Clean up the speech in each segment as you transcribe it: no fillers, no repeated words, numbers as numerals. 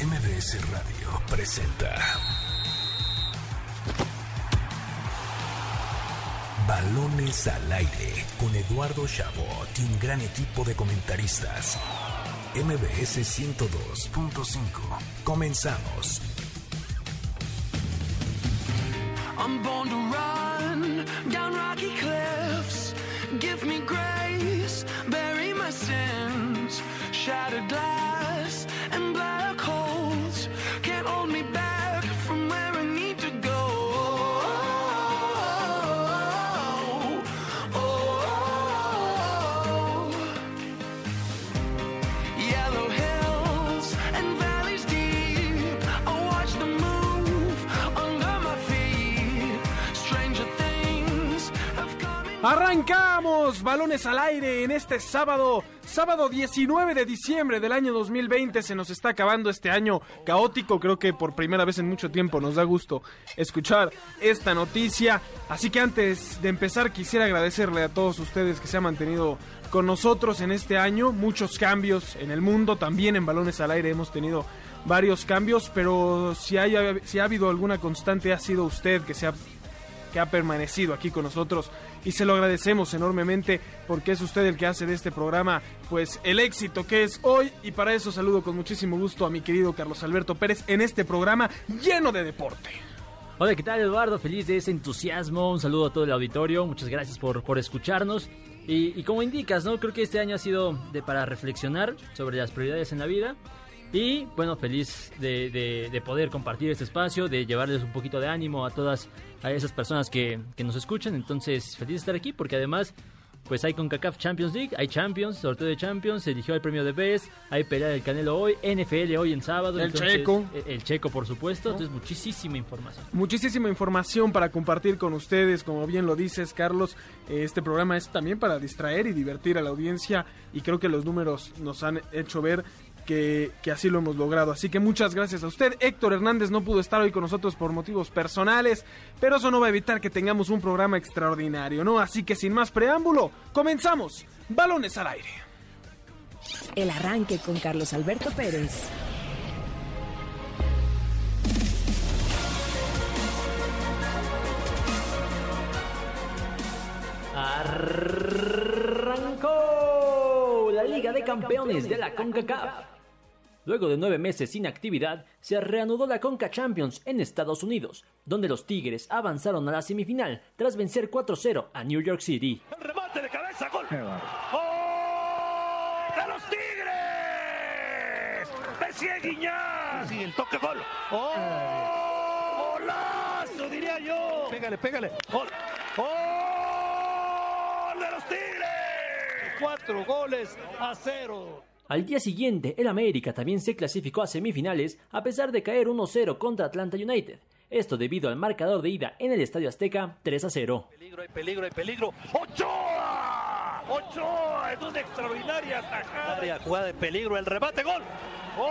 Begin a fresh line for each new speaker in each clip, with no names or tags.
MBS Radio presenta Balones al Aire con Eduardo Chabot y un gran equipo de comentaristas. MBS 102.5. Comenzamos.
I'm born to run down rocky cliffs. Give me grace, bury my sins. Shattered glass and black holes can't hold me back from where I need to go. Yellow hills and valleys deep, I watch them move under my feet. Stranger things have come in.
Arrancamos Balones al Aire en este sábado 19 de diciembre del año 2020. Se nos está acabando este año caótico. Creo que por primera vez en mucho tiempo nos da gusto escuchar esta noticia. Así que antes de empezar quisiera agradecerle a todos ustedes que se han mantenido con nosotros en este año. Muchos cambios en el mundo, también en Balones al Aire hemos tenido varios cambios, pero si ha habido alguna constante ha sido usted que ha permanecido aquí con nosotros y se lo agradecemos enormemente porque es usted el que hace de este programa pues el éxito que es hoy, y para eso saludo con muchísimo gusto a mi querido Carlos Alberto Pérez en este programa lleno de deporte.
Hola, ¿qué tal, Eduardo? Feliz de ese entusiasmo, un saludo a todo el auditorio, muchas gracias por escucharnos y como indicas, ¿no? Creo que este año ha sido para reflexionar sobre las prioridades en la vida. Y bueno, feliz de poder compartir este espacio, de llevarles un poquito de ánimo a esas personas que nos escuchan. Entonces, feliz de estar aquí porque además, pues hay CONCACAF Champions League, hay Champions, sorteo de Champions, se eligió el premio de Best, hay pelea del Canelo hoy, NFL hoy en sábado.
El Checo.
El Checo, por supuesto. Entonces, muchísima información.
Muchísima información para compartir con ustedes, como bien lo dices, Carlos. Este programa es también para distraer y divertir a la audiencia y creo que los números nos han hecho ver que así lo hemos logrado, así que muchas gracias a usted. Héctor Hernández no pudo estar hoy con nosotros por motivos personales, pero eso no va a evitar que tengamos un programa extraordinario, ¿no? Así que sin más preámbulo, comenzamos Balones al Aire.
El arranque con Carlos Alberto Pérez.
Arrancó la Liga de Campeones de la CONCACAF. Luego de 9 meses sin actividad, se reanudó la CONCA Champions en Estados Unidos, donde los Tigres avanzaron a la semifinal tras vencer 4-0 a New York City.
El remate de cabeza, gol. ¡Gol de los Tigres! Messier Guiñán. Sí, el toque, gol. ¡Oh! ¡Golazo, diría yo! Pégale. ¡Gol! ¡Gol de los Tigres! 4-0.
Al día siguiente, el América también se clasificó a semifinales a pesar de caer 1-0 contra Atlanta United. Esto debido al marcador de ida en el Estadio Azteca 3-0.
Hay peligro. ¡Ochoa! Es una extraordinaria tajada. Jugada de peligro, el remate, gol. ¡Gol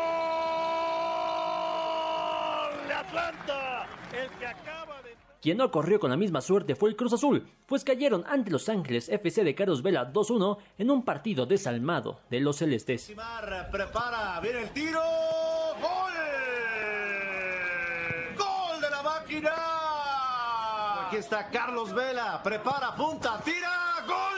de Atlanta! El que acaba de...
Quien no corrió con la misma suerte fue el Cruz Azul, pues cayeron ante Los Ángeles FC de Carlos Vela 2-1 en un partido desalmado de los celestes.
Prepara, viene el tiro, ¡gol! ¡Gol de la máquina! Aquí está Carlos Vela, prepara, punta, tira, ¡gol!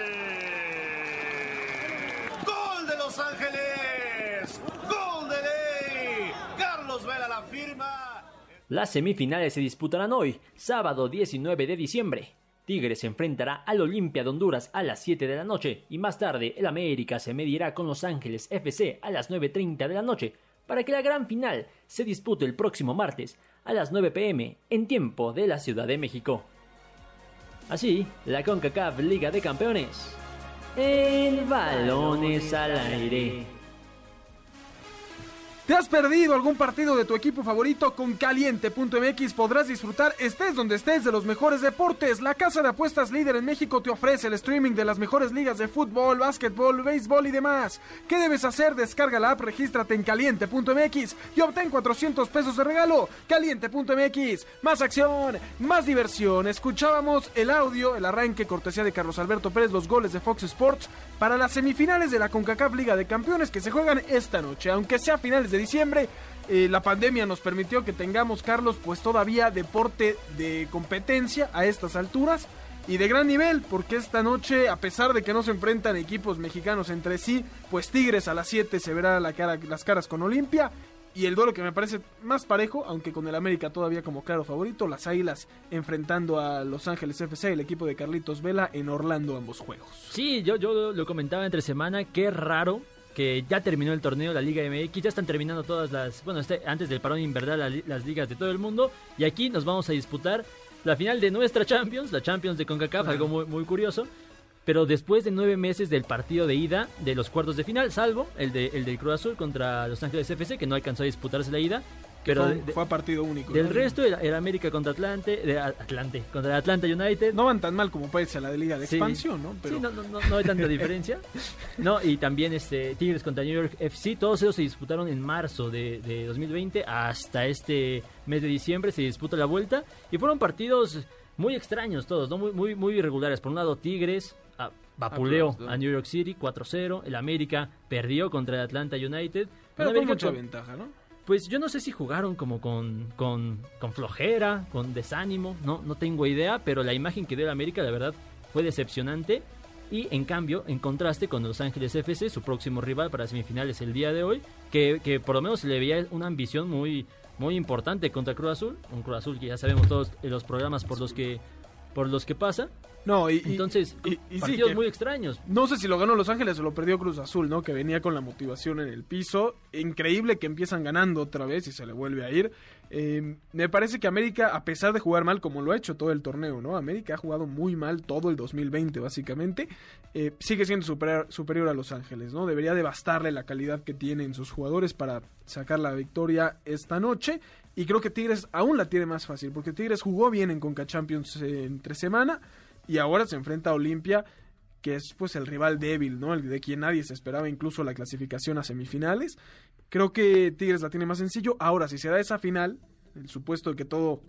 ¡Gol de Los Ángeles! ¡Gol de ley! Carlos Vela la firma.
Las semifinales se disputarán hoy, sábado 19 de diciembre. Tigres se enfrentará al Olimpia de Honduras a las 7 de la noche y más tarde el América se medirá con Los Ángeles FC a las 9:30 de la noche para que la gran final se dispute el próximo martes a las 9 p.m. en tiempo de la Ciudad de México. Así, la CONCACAF Liga de Campeones. El Balones al Aire.
¿Te has perdido algún partido de tu equipo favorito? Con Caliente.mx podrás disfrutar, estés donde estés, de los mejores deportes. La casa de apuestas líder en México te ofrece el streaming de las mejores ligas de fútbol, básquetbol, béisbol y demás. ¿Qué debes hacer? Descarga la app, regístrate en Caliente.mx y obtén 400 pesos de regalo. Caliente.mx, más acción, más diversión. Escuchábamos el audio, el arranque cortesía de Carlos Alberto Pérez, los goles de Fox Sports para las semifinales de la CONCACAF Liga de Campeones que se juegan esta noche. Aunque sea finales de de diciembre. La pandemia nos permitió que tengamos, Carlos, pues todavía deporte de competencia a estas alturas y de gran nivel, porque esta noche, a pesar de que no se enfrentan equipos mexicanos entre sí, pues Tigres a las 7 se verá las caras con Olimpia. Y el duelo que me parece más parejo, aunque con el América todavía como claro favorito, las Águilas enfrentando a Los Ángeles FC, el equipo de Carlitos Vela, en Orlando ambos juegos.
Sí, yo lo comentaba entre semana, qué raro que ya terminó el torneo, la Liga MX, ya están terminando todas las, antes del parón invernal las ligas de todo el mundo, y aquí nos vamos a disputar la final de nuestra Champions, la Champions de CONCACAF, algo muy, muy curioso. Pero después de 9 meses del partido de ida de los cuartos de final, salvo el del Cruz Azul contra Los Ángeles FC, que no alcanzó a disputarse la ida. Pero
fue a partido único.
Del resto, el América contra contra el Atlanta United.
No van tan mal como puede ser la de Liga de Expansión, ¿no?
Pero... Sí, no hay tanta diferencia. No, y también Tigres contra New York FC, todos ellos se disputaron en marzo de 2020 hasta este mes de diciembre se disputa la vuelta. Y fueron partidos muy extraños todos, ¿no? Muy, muy irregulares. Por un lado, Tigres vapuleó a New York City 4-0. El América perdió contra el Atlanta United.
Pero con mucha ventaja, ¿no?
Pues yo no sé si jugaron como con flojera, con desánimo, no tengo idea, pero la imagen que dio el América, la verdad, fue decepcionante. Y en cambio, en contraste con Los Ángeles FC, su próximo rival para semifinales el día de hoy, que por lo menos se le veía una ambición muy, muy importante contra Cruz Azul, un Cruz Azul que ya sabemos todos los programas por los que pasa.
No,
entonces, partidos muy extraños.
No sé si lo ganó Los Ángeles o lo perdió Cruz Azul, ¿no? Que venía con la motivación en el piso. Increíble que empiezan ganando otra vez y se le vuelve a ir. Me parece que América, a pesar de jugar mal, como lo ha hecho todo el torneo, ¿no? América ha jugado muy mal todo el 2020, básicamente. Sigue siendo superior a Los Ángeles, ¿no? Debería de bastarle la calidad que tienen sus jugadores para sacar la victoria esta noche. Y creo que Tigres aún la tiene más fácil, porque Tigres jugó bien en Conca Champions entre semana. Y ahora se enfrenta a Olimpia, que es pues el rival débil, ¿no? El de quien nadie se esperaba incluso la clasificación a semifinales. Creo que Tigres la tiene más sencillo. Ahora, si se da esa final, el supuesto de que todo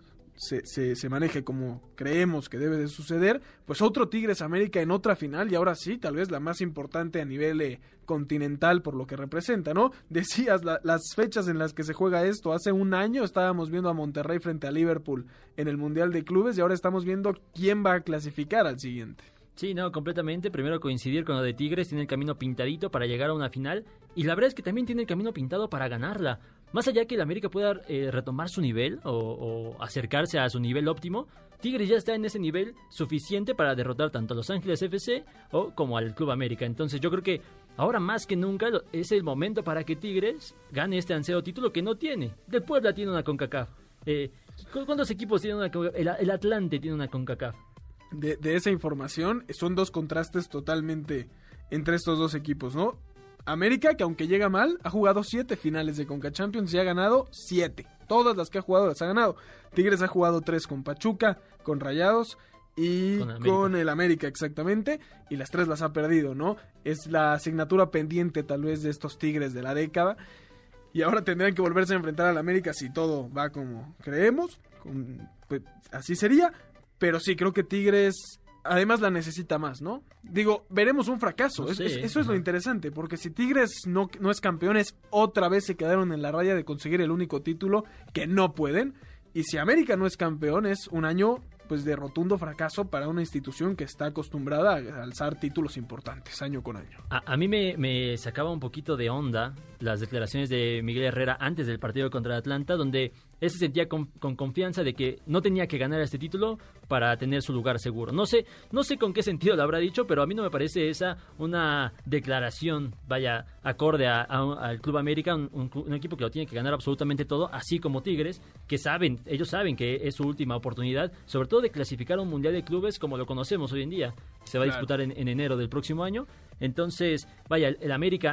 se maneje como creemos que debe de suceder, pues otro Tigres América en otra final, y ahora sí, tal vez la más importante a nivel continental por lo que representa, ¿no? Decías las fechas en las que se juega esto. Hace un año estábamos viendo a Monterrey frente a Liverpool en el Mundial de Clubes y ahora estamos viendo quién va a clasificar al siguiente.
Sí, no, completamente. Primero coincidir con lo de Tigres, tiene el camino pintadito para llegar a una final, y la verdad es que también tiene el camino pintado para ganarla. Más allá que el América pueda retomar su nivel o acercarse a su nivel óptimo, Tigres ya está en ese nivel suficiente para derrotar tanto a Los Ángeles FC como al Club América. Entonces yo creo que ahora más que nunca es el momento para que Tigres gane este ansiado título que no tiene. Del Puebla tiene una CONCACAF. ¿Cuántos equipos tienen una CONCACAF? El Atlante tiene una CONCACAF.
De esa información son dos contrastes totalmente entre estos dos equipos, ¿no? América, que aunque llega mal, ha jugado 7 finales de Conca Champions y ha ganado 7. Todas las que ha jugado las ha ganado. Tigres ha jugado 3 con Pachuca, con Rayados y con el América, exactamente. Y las 3 las ha perdido, ¿no? Es la asignatura pendiente tal vez de estos Tigres de la década. Y ahora tendrán que volverse a enfrentar al América si todo va como creemos. Pues así sería. Pero sí, creo que Tigres además la necesita más, ¿no? Digo, veremos un fracaso. No sé. Eso es lo interesante, porque si Tigres no es campeón, otra vez se quedaron en la raya de conseguir el único título que no pueden. Y si América no es campeón, es un año pues de rotundo fracaso para una institución que está acostumbrada a alzar títulos importantes año con año.
A mí me sacaba un poquito de onda las declaraciones de Miguel Herrera antes del partido contra Atlanta, donde él se sentía con confianza de que no tenía que ganar este título para tener su lugar seguro. No sé con qué sentido lo habrá dicho, pero a mí no me parece esa una declaración, acorde al Club América, un equipo que lo tiene que ganar absolutamente todo, así como Tigres, que ellos saben que es su última oportunidad, sobre todo de clasificar a un Mundial de Clubes como lo conocemos hoy en día. Se va a disputar en enero del próximo año. Entonces, el América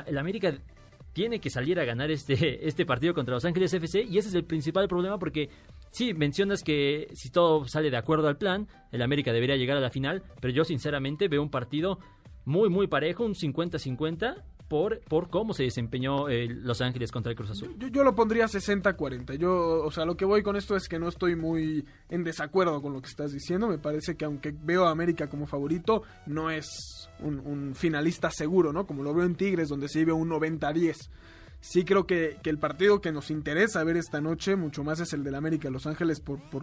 tiene que salir a ganar este partido contra Los Ángeles FC, y ese es el principal problema, porque sí, mencionas que si todo sale de acuerdo al plan, el América debería llegar a la final, pero yo sinceramente veo un partido muy, muy parejo, un 50-50, por cómo se desempeñó Los Ángeles contra el Cruz Azul.
Yo lo pondría 60-40. Lo que voy con esto es que no estoy muy en desacuerdo con lo que estás diciendo. Me parece que aunque veo a América como favorito, no es un finalista seguro, ¿no? Como lo veo en Tigres, donde se vive un 90-10. sí creo que el partido que nos interesa ver esta noche mucho más es el del América Los Ángeles por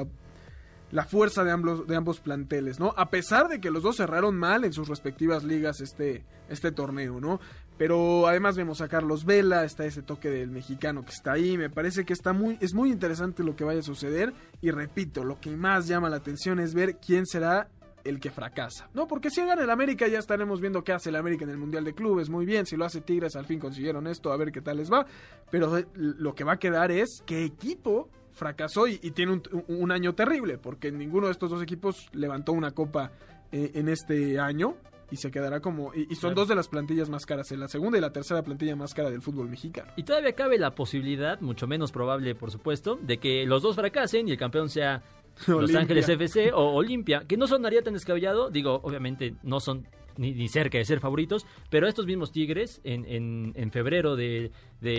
la fuerza de ambos planteles, ¿no? A pesar de que los dos cerraron mal en sus respectivas ligas este torneo, ¿no? Pero además vemos a Carlos Vela, está ese toque del mexicano que está ahí, me parece que es muy interesante lo que vaya a suceder, y repito, lo que más llama la atención es ver quién será el que fracasa, ¿no? Porque si gana el América ya estaremos viendo qué hace el América en el Mundial de Clubes, muy bien, si lo hace Tigres al fin consiguieron esto, a ver qué tal les va, pero lo que va a quedar es qué equipo fracasó y tiene un año terrible, porque ninguno de estos dos equipos levantó una copa en este año, y se quedará como... Y son dos de las plantillas más caras, la segunda y la tercera plantilla más cara del fútbol mexicano.
Y todavía cabe la posibilidad, mucho menos probable por supuesto, de que los dos fracasen y el campeón sea Los Ángeles FC o Olimpia, que no sonaría tan descabellado, digo, obviamente no son ni cerca de ser favoritos, pero estos mismos Tigres en febrero del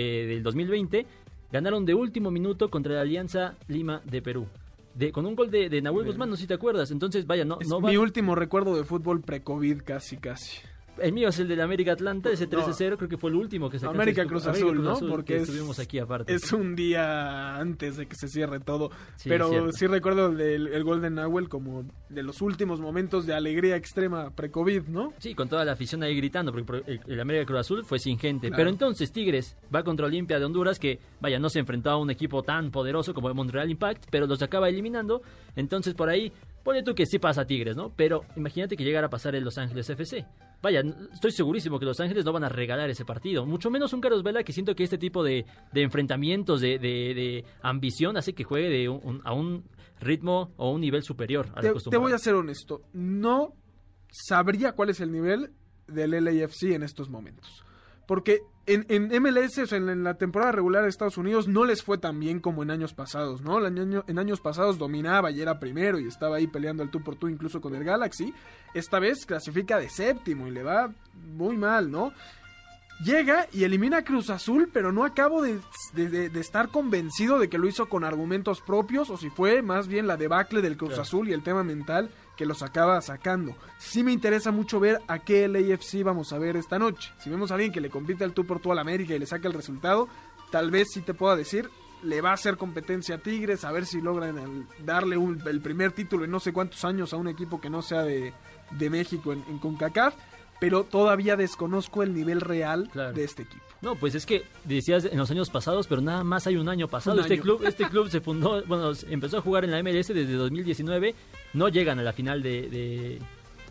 2020 ganaron de último minuto contra la Alianza Lima de Perú. Con un gol de Nahuel Guzmán, no sé si te acuerdas. Entonces, vaya,
mi último recuerdo de fútbol pre-COVID, casi.
El mío es el del América Atlanta, ese 13-0, creo que fue el último que se
América Cruz Azul, ¿no?
Porque estuvimos aquí aparte.
Es un día antes de que se cierre todo.
Sí,
pero sí recuerdo el gol de Nahuel como de los últimos momentos de alegría extrema pre-COVID, ¿no?
Sí, con toda la afición ahí gritando, porque el América Cruz Azul fue sin gente.
Claro.
Pero entonces Tigres va contra Olimpia de Honduras, que vaya, no se enfrentó a un equipo tan poderoso como el Montreal Impact, pero los acaba eliminando. Entonces por ahí, ponle tú que sí pasa a Tigres, ¿no? Pero imagínate que llegara a pasar en Los Ángeles FC. Vaya, estoy segurísimo que Los Ángeles no van a regalar ese partido. Mucho menos un Carlos Vela, que siento que este tipo de enfrentamientos, de ambición, hace que juegue a un ritmo o un nivel superior al acostumbrado.
Te voy a ser honesto. No sabría cuál es el nivel del LAFC en estos momentos. Porque en MLS, o sea, en la temporada regular de Estados Unidos, no les fue tan bien como en años pasados, ¿no? En años pasados dominaba y era primero y estaba ahí peleando el tú por tú incluso con el Galaxy. Esta vez clasifica de séptimo y le va muy mal, ¿no? Llega y elimina a Cruz Azul, pero no acabo de estar convencido de que lo hizo con argumentos propios, o si fue más bien la debacle del Cruz Azul y el tema mental que los acaba sacando. Sí me interesa mucho ver a qué LAFC vamos a ver esta noche. Si vemos a alguien que le compite al tú por tú al América y le saca el resultado, tal vez sí te pueda decir, le va a hacer competencia a Tigres, a ver si logran darle el primer título en no sé cuántos años a un equipo que no sea de México en CONCACAF. Pero todavía desconozco el nivel real de este equipo.
No, pues es que decías en los años pasados, pero nada más hay un año pasado. Este club se fundó, bueno, empezó a jugar en la MLS desde 2019. No llegan a la final de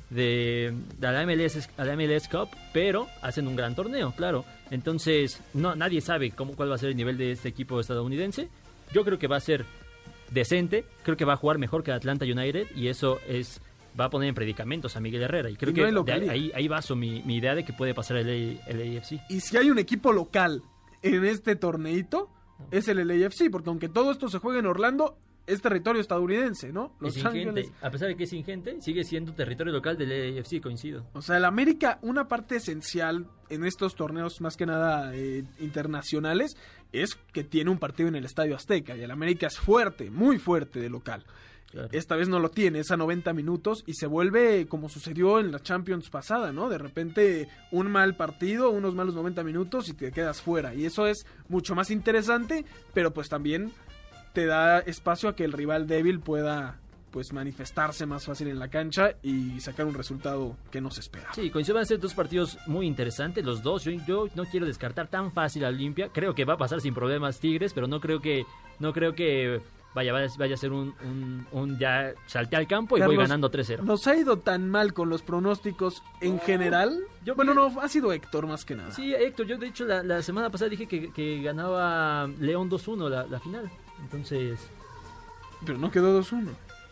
la MLS Cup, pero hacen un gran torneo, claro. Entonces, nadie sabe cuál va a ser el nivel de este equipo estadounidense. Yo creo que va a ser decente, creo que va a jugar mejor que Atlanta United, y eso va a poner en predicamentos a Miguel Herrera, y creo que ahí baso mi idea de que puede pasar el LAFC.
Y si hay un equipo local en este torneito, es el LAFC, porque aunque todo esto se juega en Orlando, es territorio estadounidense, ¿no?
Los Ángeles, a pesar de que es ingente, sigue siendo territorio local del LAFC, coincido.
O sea, el América, una parte esencial en estos torneos, más que nada internacionales, es que tiene un partido en el Estadio Azteca, y el América es fuerte, muy fuerte de local. Claro. Esta vez no lo tiene, es a 90 minutos y se vuelve como sucedió en la Champions pasada, ¿no? De repente un mal partido, unos malos 90 minutos y te quedas fuera. Y eso es mucho más interesante, pero pues también te da espacio a que el rival débil pueda pues manifestarse más fácil en la cancha y sacar un resultado que no se espera.
Sí, coinciden, van a ser dos partidos muy interesantes, los dos. Yo no quiero descartar tan fácil a Olimpia. Creo que va a pasar sin problemas Tigres, pero no creo que vaya a ser un ya salté al campo y Carlos, voy ganando 3-0.
¿Nos ha ido tan mal con los pronósticos en general? Ha sido Héctor más que nada.
Sí, Héctor, yo de hecho la semana pasada dije que ganaba León 2-1 la final. Entonces...
Pero no quedó 2-1.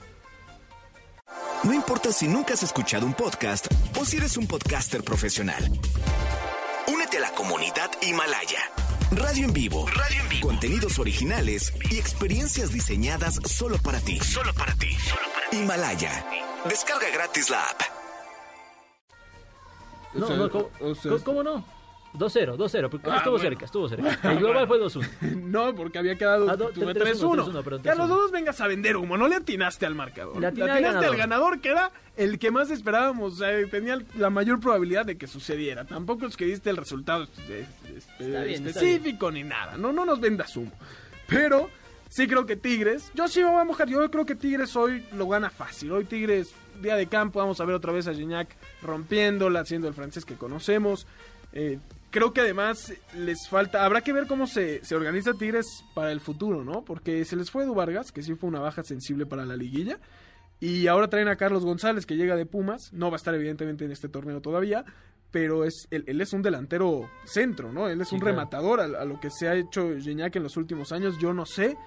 No importa si nunca has escuchado un podcast o si eres un podcaster profesional. Únete a la comunidad Himalaya. Radio en vivo. Contenidos originales y experiencias diseñadas solo para ti. Himalaya. Descarga gratis la app.
¿Cómo no? 2-0, porque estuvo cerca. El global fue 2-1.
No, porque había quedado 3-1. Que a los dos vengas a vender humo, no le atinaste al marcador. Le atinaste al ganador, que era el que más esperábamos, o sea, tenía la mayor probabilidad de que sucediera. Tampoco es que diste el resultado específico ni nada, no nos vendas humo. Pero sí creo que Tigres, yo sí me voy a mojar, yo creo que Tigres hoy lo gana fácil. Hoy Tigres, día de campo, vamos a ver otra vez a Gignac rompiéndola, haciendo el francés que conocemos. Creo que además les falta, habrá que ver cómo se organiza Tigres para el futuro, ¿no? Porque se les fue Edu Vargas, que sí fue una baja sensible para la liguilla, y ahora traen a Carlos González, que llega de Pumas, no va a estar evidentemente en este torneo todavía, pero él es un delantero centro, ¿no? Él es un rematador a lo que se ha hecho Gignac en los últimos años. Yo no sé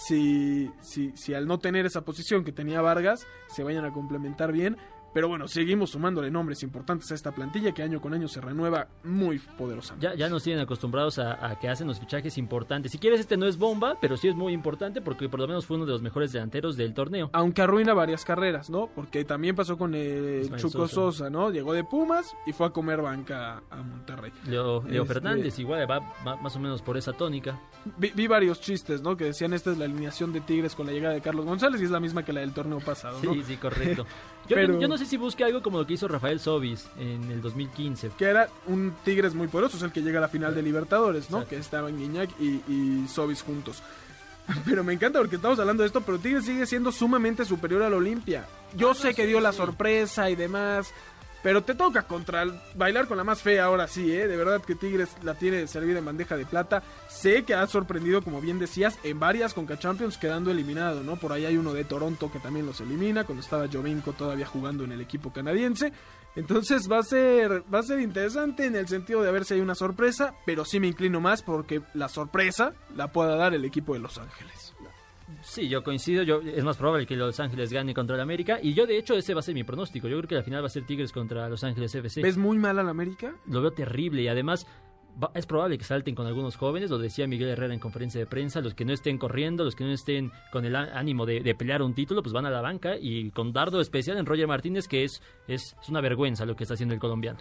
si al no tener esa posición que tenía Vargas se vayan a complementar bien. Pero bueno, seguimos sumándole nombres importantes a esta plantilla que año con año se renueva muy poderosamente.
Ya nos tienen acostumbrados a que hacen los fichajes importantes. Si quieres, este no es bomba, pero sí es muy importante porque por lo menos fue uno de los mejores delanteros del torneo.
Aunque arruina varias carreras, ¿no? Porque también pasó con Chuco Sosa, ¿no? Llegó de Pumas y fue a comer banca a Monterrey.
Leo Fernández igual va más o menos por esa tónica.
Vi varios chistes, ¿no? Que decían esta es la alineación de Tigres con la llegada de Carlos González y es la misma que la del torneo pasado, ¿no?
Sí, correcto. Yo no sé si busque algo como lo que hizo Rafael Sobis en el 2015.
Que era un Tigres muy poderoso, es el que llega a la final de Libertadores, ¿no? Exacto. Que estaban Gignac y Sobis juntos. Pero me encanta porque estamos hablando de esto, pero Tigres sigue siendo sumamente superior al Olimpia. Yo sé que dio la sorpresa y demás, pero te toca bailar con la más fea ahora sí, de verdad que Tigres la tiene servida en bandeja de plata. Sé que ha sorprendido, como bien decías, en varias Conca Champions quedando eliminado, ¿no? Por ahí hay uno de Toronto que también los elimina, cuando estaba Jovinko todavía jugando en el equipo canadiense. Entonces va a ser interesante en el sentido de ver si hay una sorpresa, pero sí me inclino más porque la sorpresa la pueda dar el equipo de Los Ángeles.
Sí, yo coincido, es más probable que Los Ángeles gane contra el América y yo de hecho ese va a ser mi pronóstico. Yo creo que la final va a ser Tigres contra Los Ángeles FC.
¿Ves muy mal al América?
Lo veo terrible y además es probable que salten con algunos jóvenes, lo decía Miguel Herrera en conferencia de prensa, los que no estén corriendo, los que no estén con el ánimo de pelear un título, pues van a la banca y con dardo especial en Roger Martínez, que es una vergüenza lo que está haciendo el colombiano.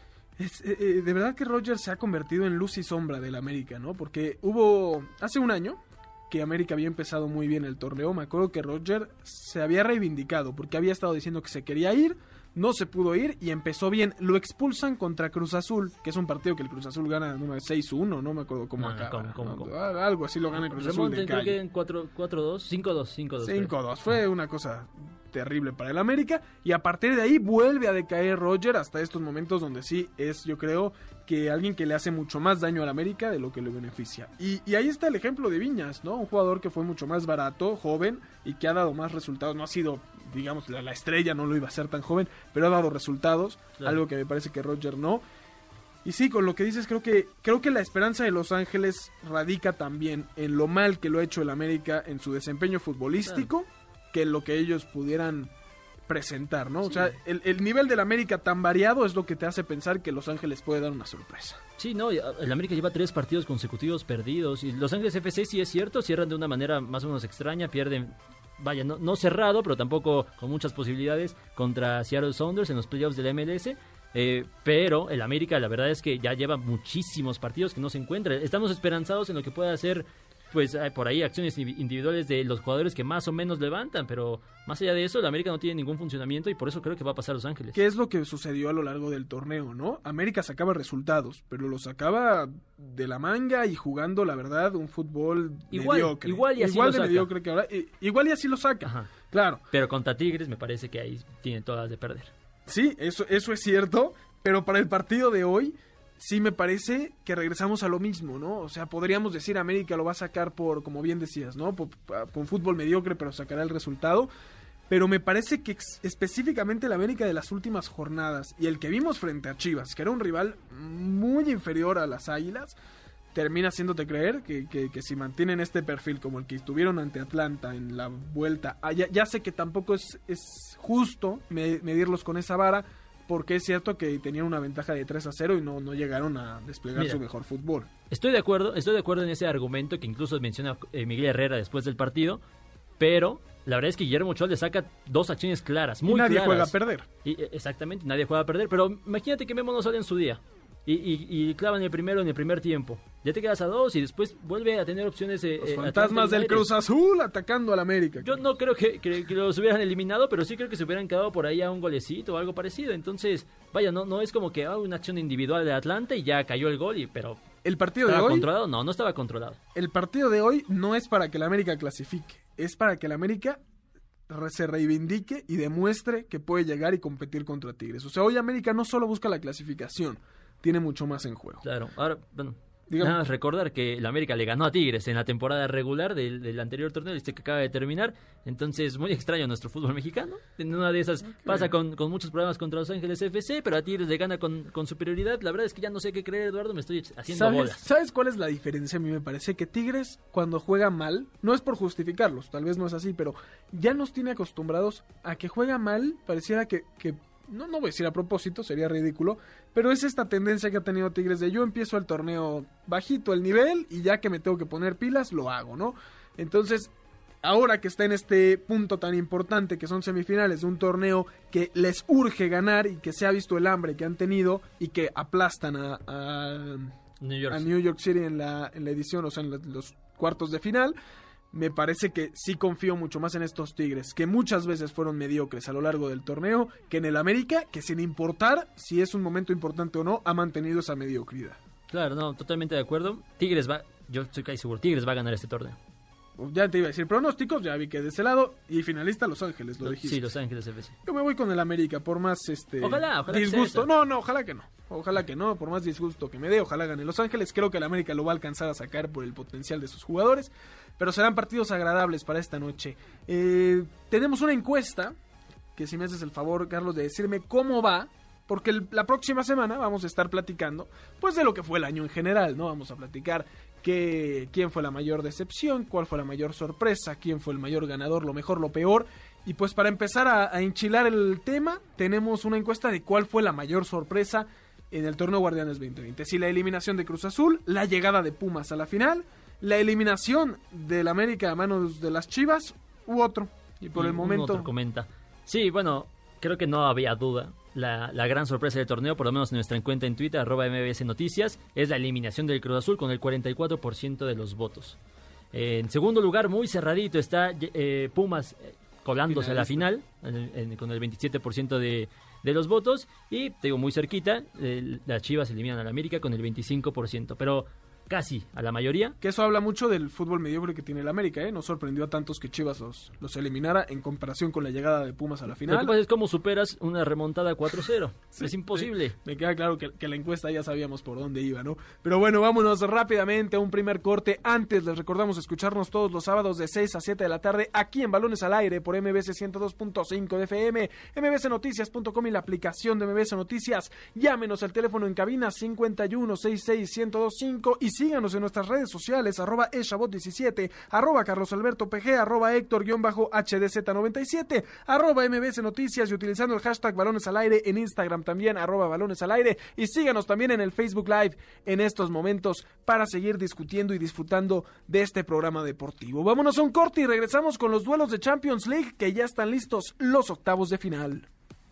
De verdad que Roger se ha convertido en luz y sombra del América, ¿no? Porque hubo hace un año que América había empezado muy bien el torneo. Me acuerdo que Roger se había reivindicado porque había estado diciendo que se quería ir, no se pudo ir y empezó bien. Lo expulsan contra Cruz Azul, que es un partido que el Cruz Azul gana 6-1, no me acuerdo cómo acaba. Algo así lo gana el Cruz Azul de calle.
Creo que en 4-2, 5-2.
5-2, fue una cosa terrible para el América y a partir de ahí vuelve a decaer Roger hasta estos momentos donde sí es, yo creo, que alguien que le hace mucho más daño al América de lo que le beneficia. Y ahí está el ejemplo de Viñas, ¿no? Un jugador que fue mucho más barato, joven y que ha dado más resultados. No ha sido, digamos, la estrella, no lo iba a ser tan joven, pero ha dado resultados, claro. Algo que me parece que Roger no. Y sí, con lo que dices, creo que la esperanza de Los Ángeles radica también en lo mal que lo ha hecho el América en su desempeño futbolístico, claro, que en lo que ellos pudieran presentar, ¿no? Sí. O sea, el nivel del América tan variado es lo que te hace pensar que Los Ángeles puede dar una sorpresa.
Sí, no, el América lleva 3 partidos consecutivos perdidos y Los Ángeles FC sí es cierto, cierran de una manera más o menos extraña, pierden, vaya, no cerrado, pero tampoco con muchas posibilidades contra Seattle Sounders en los playoffs de la MLS. Pero el América la verdad es que ya lleva muchísimos partidos que no se encuentra. Estamos esperanzados en lo que pueda hacer, pues por ahí acciones individuales de los jugadores que más o menos levantan, pero más allá de eso el América no tiene ningún funcionamiento y por eso creo que va a pasar a Los Ángeles.
¿Qué es lo que sucedió a lo largo del torneo, no? América sacaba resultados, pero los sacaba de la manga y jugando, la verdad, un fútbol mediocre.
Igual y así lo saca.
Mediocre que ahora, igual y así lo saca. Ajá. Claro.
Pero contra Tigres me parece que ahí tienen todas de perder.
Sí, eso es cierto, pero para el partido de hoy sí me parece que regresamos a lo mismo, ¿no? O sea, podríamos decir América lo va a sacar por, como bien decías, ¿no? Por un fútbol mediocre, pero sacará el resultado. Pero me parece que específicamente el América de las últimas jornadas y el que vimos frente a Chivas, que era un rival muy inferior a las Águilas, termina haciéndote creer que si mantienen este perfil como el que estuvieron ante Atlanta en la vuelta, ya sé que tampoco es justo medirlos con esa vara, porque es cierto que tenían una ventaja de 3-0 y no llegaron a desplegar su mejor fútbol.
Estoy de acuerdo en ese argumento que incluso menciona Miguel Herrera después del partido, pero la verdad es que Guillermo Ochoa le saca 2 acciones claras, muy claras.
Nadie juega a perder.
Exactamente, nadie juega a perder, pero imagínate que Memo no sale en su día. y clavan el primero en el primer tiempo. Ya te quedas a 2 y después vuelve a tener opciones.
Los fantasmas del Cruz Azul atacando al América.
Yo no creo que los hubieran eliminado, pero sí creo que se hubieran quedado por ahí a un golecito o algo parecido. Entonces, vaya, no es como que una acción individual de Atlanta y ya cayó el gol, pero...
¿El partido de
¿Estaba
hoy?
controlado? No estaba controlado.
El partido de hoy no es para que el América clasifique, es para que el América se reivindique y demuestre que puede llegar y competir contra Tigres. O sea, hoy América no solo busca la clasificación, tiene mucho más en juego.
Claro, ahora, bueno,
Dígame.
nada más recordar que el América le ganó a Tigres en la temporada regular del anterior torneo, que acaba de terminar. Entonces, muy extraño nuestro fútbol mexicano. En una de esas pasa con muchos problemas contra Los Ángeles FC, pero a Tigres le gana con superioridad. La verdad es que ya no sé qué creer, Eduardo, me estoy haciendo bolas.
¿Sabes cuál es la diferencia? A mí me parece que Tigres, cuando juega mal, no es por justificarlos, tal vez no es así, pero ya nos tiene acostumbrados a que juega mal, pareciera que no voy a decir a propósito, sería ridículo, pero es esta tendencia que ha tenido Tigres de yo empiezo el torneo bajito el nivel y ya que me tengo que poner pilas, lo hago, ¿no? Entonces, ahora que está en este punto tan importante que son semifinales de un torneo que les urge ganar y que se ha visto el hambre que han tenido y que aplastan a New York City en la edición, o sea, en los cuartos de final, me parece que sí confío mucho más en estos Tigres, que muchas veces fueron mediocres a lo largo del torneo, que en el América, que sin importar si es un momento importante o no, ha mantenido esa mediocridad.
Claro, no, totalmente de acuerdo. Yo estoy casi seguro, Tigres va a ganar este torneo.
Ya te iba a decir pronósticos, ya vi que de ese lado, y finalista Los Ángeles, lo dijiste.
Sí, Los Ángeles FC.
Yo me voy con el América, por más
Ojalá
disgusto. No, ojalá que no. Ojalá que no, por más disgusto que me dé, ojalá gane Los Ángeles. Creo que el América lo va a alcanzar a sacar por el potencial de sus jugadores, pero serán partidos agradables para esta noche. Tenemos una encuesta, que si me haces el favor, Carlos, de decirme cómo va, porque la próxima semana vamos a estar platicando pues de lo que fue el año en general, ¿no? Vamos a platicar quién fue la mayor decepción, cuál fue la mayor sorpresa, quién fue el mayor ganador, lo mejor, lo peor. Y pues para empezar a enchilar el tema, tenemos una encuesta de cuál fue la mayor sorpresa en el torneo Guardianes 2020. Si la eliminación de Cruz Azul, la llegada de Pumas a la final, la eliminación del América a manos de las Chivas u otro. Y por el momento...
Otro comenta. Sí, bueno, creo que no había duda. La gran sorpresa del torneo, por lo menos en nuestra cuenta en Twitter, @MBS Noticias, es la eliminación del Cruz Azul con el 44% de los votos. En segundo lugar, muy cerradito, está Pumas colándose a la final con el 27% de los votos. Y, te digo, muy cerquita, las Chivas eliminan a la América con el 25%, pero casi a la mayoría.
Que eso habla mucho del fútbol mediocre que tiene el América, ¿eh? Nos sorprendió a tantos que Chivas los eliminara en comparación con la llegada de Pumas a la final.
Lo que pasa es cómo superas una remontada 4-0. Sí, es imposible.
Sí. Me queda claro que la encuesta ya sabíamos por dónde iba, ¿no? Pero bueno, vámonos rápidamente a un primer corte. Antes les recordamos escucharnos todos los sábados de 6 a 7 de la tarde aquí en Balones al Aire por MBS 102.5 de FM, mbsnoticias.com y la aplicación de MBS Noticias. Llámenos al teléfono en cabina 51661025 y síganos en nuestras redes sociales, @eshabot17, @carlosalbertopg, @héctor_hdz97, @mbs noticias y utilizando el hashtag Balones al Aire en Instagram también, @Balones al Aire, y síganos también en el Facebook Live en estos momentos para seguir discutiendo y disfrutando de este programa deportivo. Vámonos a un corte y regresamos con los duelos de Champions League, que ya están listos los octavos de final.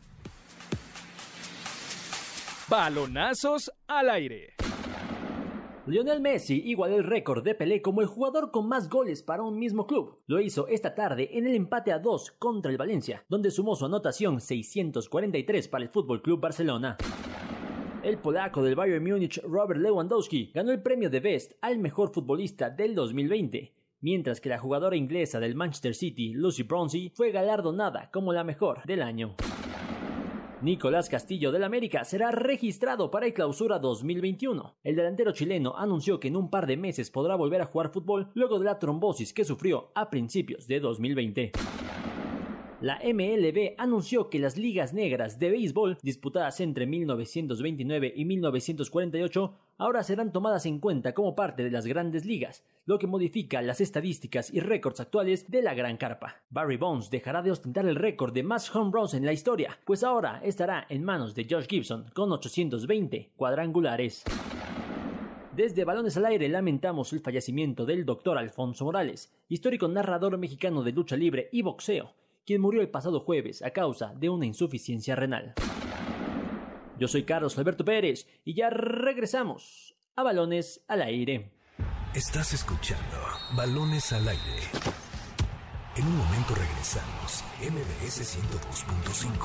Balonazos al aire.
Lionel Messi igualó el récord de Pelé como el jugador con más goles para un mismo club. Lo hizo esta tarde en el empate a 2 contra el Valencia, donde sumó su anotación 643 para el FC Barcelona. El polaco del Bayern Múnich, Robert Lewandowski, ganó el premio de Best al mejor futbolista del 2020, mientras que la jugadora inglesa del Manchester City, Lucy Bronze, fue galardonada como la mejor del año. Nicolás Castillo del América será registrado para el Clausura 2021. El delantero chileno anunció que en un par de meses podrá volver a jugar fútbol luego de la trombosis que sufrió a principios de 2020. La MLB anunció que las ligas negras de béisbol, disputadas entre 1929 y 1948, ahora serán tomadas en cuenta como parte de las grandes ligas, lo que modifica las estadísticas y récords actuales de la Gran Carpa. Barry Bonds dejará de ostentar el récord de más home runs en la historia, pues ahora estará en manos de Josh Gibson con 820 cuadrangulares. Desde Balones al Aire lamentamos el fallecimiento del Dr. Alfonso Morales, histórico narrador mexicano de lucha libre y boxeo, quien murió el pasado jueves a causa de una insuficiencia renal. Yo soy Carlos Alberto Pérez y ya regresamos a Balones al Aire.
Estás escuchando Balones al Aire. En un momento regresamos. MBS 102.5.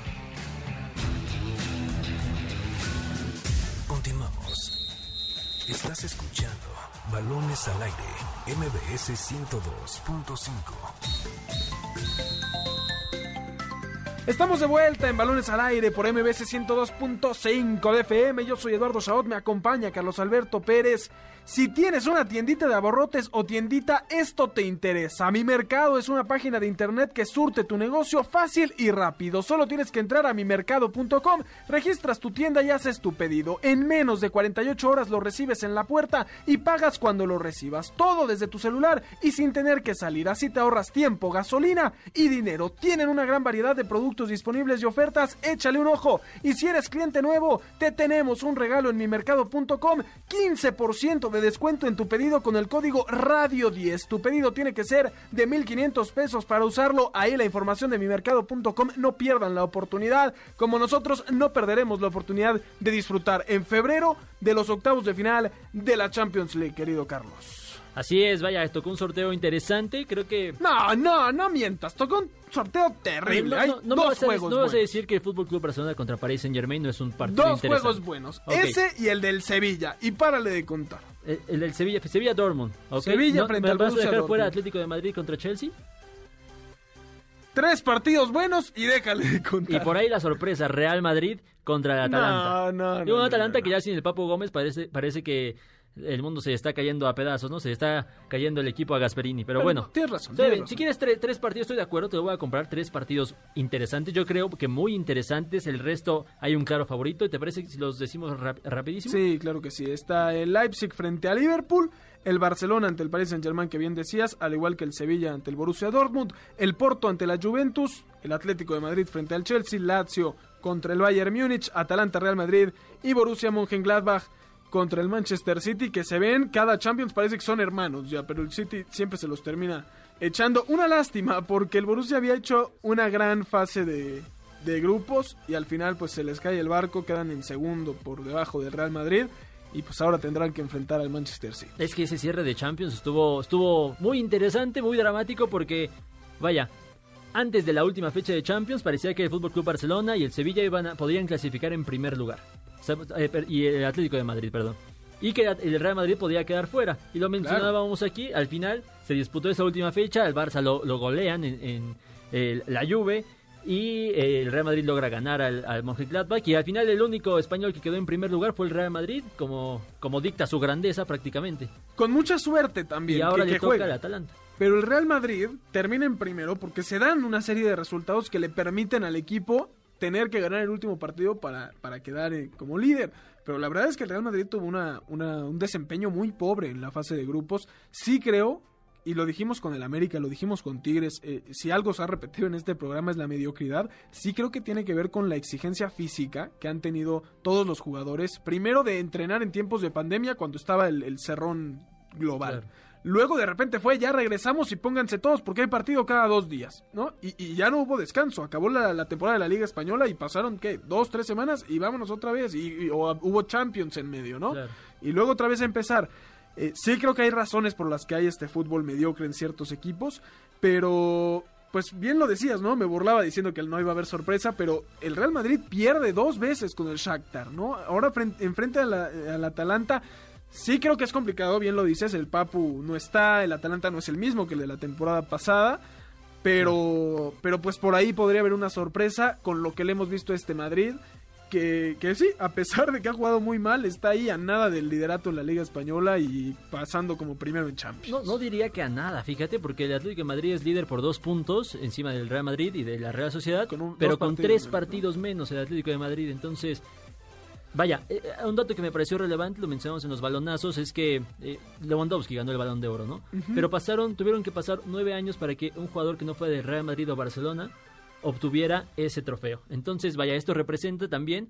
Continuamos. Estás escuchando Balones al Aire. MBS 102.5.
Estamos de vuelta en Balones al Aire por MBS 102.5 de FM. Yo soy Eduardo Saot, me acompaña Carlos Alberto Pérez. Si tienes una tiendita de abarrotes o tiendita, esto te interesa. Mi Mercado es una página de internet que surte tu negocio fácil y rápido. Solo tienes que entrar a mimercado.com, registras tu tienda y haces tu pedido. En menos de 48 horas lo recibes en la puerta y pagas cuando lo recibas. Todo desde tu celular y sin tener que salir. Así te ahorras tiempo, gasolina y dinero. Tienen una gran variedad de productos disponibles y ofertas. Échale un ojo. Y si eres cliente nuevo, te tenemos un regalo en mimercado.com. 15% de descuento en tu pedido con el código Radio10. Tu pedido tiene que ser de 1,500 pesos para usarlo. Ahí la información de mimercado.com. No pierdan la oportunidad, como nosotros no perderemos la oportunidad de disfrutar en febrero de los octavos de final de la Champions League, querido Carlos.
Así es, vaya, tocó un sorteo interesante, creo que...
No mientas, tocó un sorteo terrible. Hay dos juegos
no
buenos.
vas a decir que el FC Barcelona contra Paris Saint-Germain no es un partido
Dos
interesante.
juegos buenos,
Okay.
ese y el del Sevilla, y párale de contar.
El del Sevilla-Dortmund. Okay.
Sevilla frente al
¿Vas a
Borussia
dejar fuera
Dortmund.
Atlético de Madrid contra Chelsea?
3 partidos buenos y déjale de contar.
Y por ahí la sorpresa, Real Madrid contra el Atalanta.
No,
un Atalanta
no.
que ya sin el Papo Gómez parece que el mundo se está cayendo a pedazos, ¿no? Se está cayendo el equipo a Gasperini, pero bueno.
Tienes razón.
Está bien. Si quieres tres partidos, estoy de acuerdo, te voy a comprar 3 partidos interesantes. Yo creo que muy interesantes. El resto hay un claro favorito. ¿Te parece que si los decimos rapidísimo?
Sí, claro que sí. Está el Leipzig frente a Liverpool, el Barcelona ante el Paris Saint-Germain, que bien decías, al igual que el Sevilla ante el Borussia Dortmund, el Porto ante la Juventus, el Atlético de Madrid frente al Chelsea, Lazio contra el Bayern Múnich, Atalanta Real Madrid y Borussia Mönchengladbach contra el Manchester City, que se ven, cada Champions parece que son hermanos ya, pero el City siempre se los termina echando. Una lástima, porque el Borussia había hecho una gran fase de grupos y al final pues se les cae el barco, quedan en segundo por debajo del Real Madrid y pues ahora tendrán que enfrentar al Manchester City.
Es que ese cierre de Champions estuvo muy interesante, muy dramático, porque, vaya, antes de la última fecha de Champions parecía que el FC Barcelona y el Sevilla podrían clasificar en primer lugar. Y el Atlético de Madrid, perdón. Y que el Real Madrid podía quedar fuera. Y lo mencionábamos aquí, al final se disputó esa última fecha, el Barça lo golean en la Juve y el Real Madrid logra ganar al Mönchengladbach, y al final el único español que quedó en primer lugar fue el Real Madrid, como dicta su grandeza prácticamente.
Con mucha suerte también.
Y ahora
que
le toca al Atalanta.
Pero el Real Madrid termina en primero porque se dan una serie de resultados que le permiten al equipo tener que ganar el último partido para quedar como líder. Pero la verdad es que el Real Madrid tuvo un desempeño muy pobre en la fase de grupos. Sí creo, y lo dijimos con el América, lo dijimos con Tigres, si algo se ha repetido en este programa es la mediocridad. Sí creo que tiene que ver con la exigencia física que han tenido todos los jugadores. Primero de entrenar en tiempos de pandemia, cuando estaba el cerrón global. Claro. Luego de repente fue, ya regresamos y pónganse todos porque hay partido cada 2 días, ¿no? Y ya no hubo descanso, acabó la temporada de la Liga Española y pasaron, ¿qué? 2-3 semanas y vámonos otra vez, o hubo Champions en medio, ¿no? Claro. Y luego otra vez a empezar. Sí creo que hay razones por las que hay este fútbol mediocre en ciertos equipos, pero pues bien lo decías, ¿no? Me burlaba diciendo que no iba a haber sorpresa, pero el Real Madrid pierde 2 veces con el Shakhtar, ¿no? Ahora enfrente al Atalanta. Sí creo que es complicado, bien lo dices, el Papu no está, el Atalanta no es el mismo que el de la temporada pasada, pero pues por ahí podría haber una sorpresa con lo que le hemos visto a este Madrid, que sí, a pesar de que ha jugado muy mal, está ahí a nada del liderato en la Liga Española y pasando como primero en Champions.
No diría que a nada, fíjate, porque el Atlético de Madrid es líder por 2 puntos encima del Real Madrid y de la Real Sociedad, pero con 3 partidos menos el Atlético de Madrid, entonces... Vaya, un dato que me pareció relevante, lo mencionamos en los balonazos, es que Lewandowski ganó el Balón de Oro, ¿no? Uh-huh. Pero tuvieron que pasar 9 años para que un jugador que no fue de Real Madrid o Barcelona obtuviera ese trofeo. Entonces, vaya, esto representa también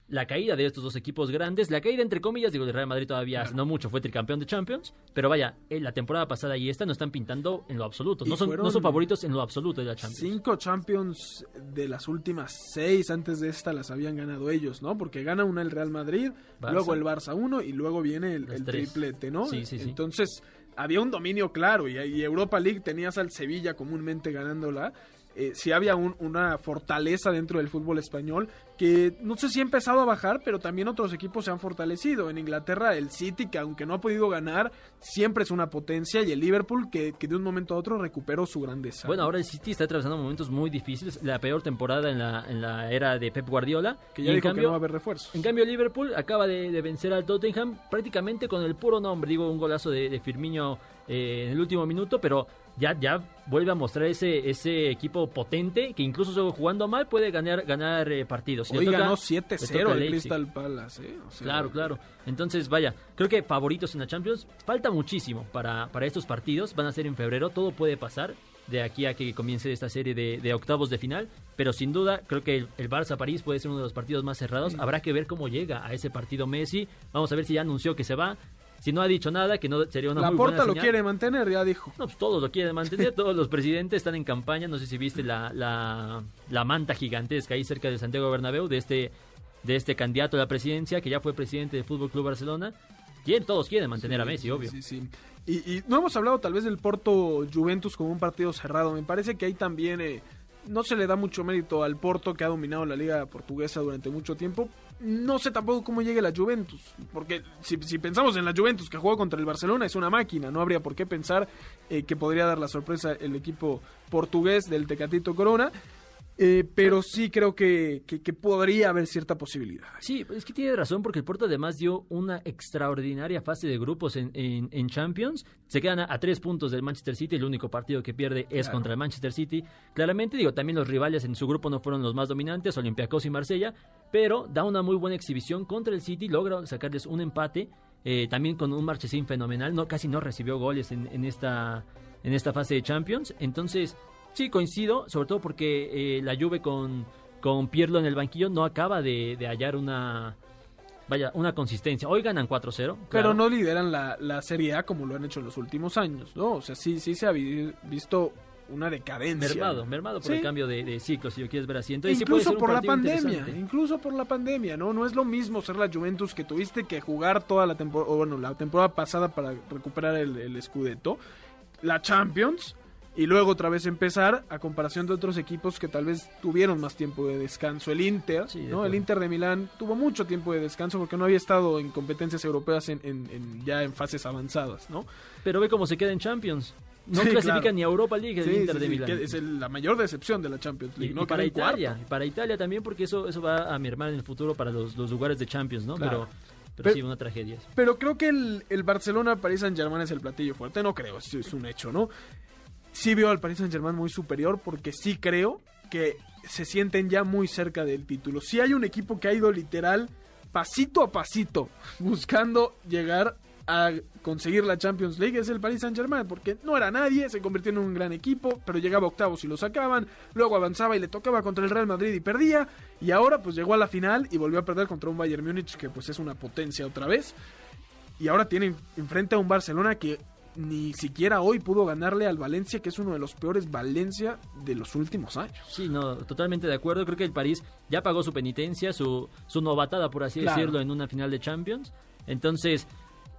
la caída de estos dos equipos grandes, la caída entre comillas, digo, el Real Madrid todavía hace no mucho fue tricampeón de Champions, pero vaya, la temporada pasada y esta no están pintando en lo absoluto, no son favoritos en lo absoluto de la Champions.
5 Champions de las últimas 6 antes de esta las habían ganado ellos, ¿no? Porque gana una el Real Madrid, luego el Barça 1 y luego viene el triplete, ¿no?
Sí.
Entonces había un dominio claro y Europa League tenías al Sevilla comúnmente ganándola. Sí había una fortaleza dentro del fútbol español que no sé si ha empezado a bajar, pero también otros equipos se han fortalecido. En Inglaterra el City, que aunque no ha podido ganar, siempre es una potencia, y el Liverpool que de un momento a otro recuperó su grandeza.
Bueno, ahora el City está atravesando momentos muy difíciles, la peor temporada en la era de Pep Guardiola.
Que ya dijo que no va a haber refuerzos.
En cambio el Liverpool acaba de vencer al Tottenham prácticamente con el puro nombre, digo, un golazo de Firmino en el último minuto, pero ya vuelve a mostrar ese equipo potente que incluso jugando mal puede ganar partidos.
Hoy ganó 7-0 el Crystal Palace. O sea,
Claro. Entonces, vaya, creo que favoritos en la Champions. Falta muchísimo para estos partidos. Van a ser en febrero. Todo puede pasar de aquí a que comience esta serie de octavos de final. Pero sin duda, creo que el Barça-París puede ser uno de los partidos más cerrados. Sí. Habrá que ver cómo llega a ese partido Messi. Vamos a ver si ya anunció que se va. Si no ha dicho nada, que no sería una muy buena señal.
Laporta lo quiere mantener, ya dijo.
No, pues todos lo quieren mantener, todos los presidentes están en campaña. No sé si viste la manta gigantesca ahí cerca de Santiago Bernabéu de este candidato a la presidencia, que ya fue presidente del Fútbol Club Barcelona. Todos quieren mantener a Messi, obvio.
Sí. Y no hemos hablado tal vez del Porto Juventus como un partido cerrado. Me parece que ahí también no se le da mucho mérito al Porto, que ha dominado la liga portuguesa durante mucho tiempo. No sé tampoco cómo llegue la Juventus, porque si pensamos en la Juventus que jugó contra el Barcelona, es una máquina, no habría por qué pensar que podría dar la sorpresa el equipo portugués del Tecatito Corona. Pero sí creo que podría haber cierta posibilidad.
Sí, es que tiene razón, porque el Porto además dio una extraordinaria fase de grupos en Champions. Se quedan a 3 puntos del Manchester City. El único partido que pierde es contra el Manchester City. Claramente, también los rivales en su grupo no fueron los más dominantes, Olympiacos y Marsella, pero da una muy buena exhibición contra el City, logra sacarles un empate, también con un Marchesín fenomenal. Casi no recibió goles en esta fase de Champions. Entonces, sí, coincido, sobre todo porque la Juve con Pirlo en el banquillo no acaba de hallar una consistencia. Hoy ganan 4-0. Claro.
Pero no lideran la Serie A como lo han hecho en los últimos años, ¿no? O sea, sí se ha visto una decadencia.
Mermado por el cambio de ciclo, si lo quieres ver así. Entonces,
incluso
sí puede ser
por la pandemia, ¿no? No es lo mismo ser la Juventus, que tuviste que jugar toda la temporada, la temporada pasada para recuperar el Scudetto, la Champions, y luego otra vez empezar, a comparación de otros equipos que tal vez tuvieron más tiempo de descanso. El Inter, ¿no? El Inter de Milán tuvo mucho tiempo de descanso porque no había estado en competencias europeas ya en fases avanzadas, ¿no?
Pero ve cómo se queda en Champions. No clasifica ni a Europa League el Inter de Milán.
Que es la mayor decepción de la Champions League, ¿no?
Y para Italia también, porque eso va a mermar en el futuro para los lugares de Champions, ¿no?
Claro.
Pero sí, una tragedia.
Pero creo que el Barcelona-Paris Saint-Germain es el platillo fuerte. No creo, es un hecho, ¿no? Sí veo al Paris Saint-Germain muy superior, porque sí creo que se sienten ya muy cerca del título. Sí hay un equipo que ha ido literal pasito a pasito buscando llegar a conseguir la Champions League, es el Paris Saint-Germain, porque no era nadie, se convirtió en un gran equipo, pero llegaba a octavos y lo sacaban, luego avanzaba y le tocaba contra el Real Madrid y perdía, y ahora pues llegó a la final y volvió a perder contra un Bayern Múnich que pues es una potencia otra vez, y ahora tienen enfrente a un Barcelona que ni siquiera hoy pudo ganarle al Valencia, que es uno de los peores Valencia de los últimos años.
Sí, no, totalmente de acuerdo. Creo que el París ya pagó su penitencia, su novatada, por así decirlo, en una final de Champions. Entonces,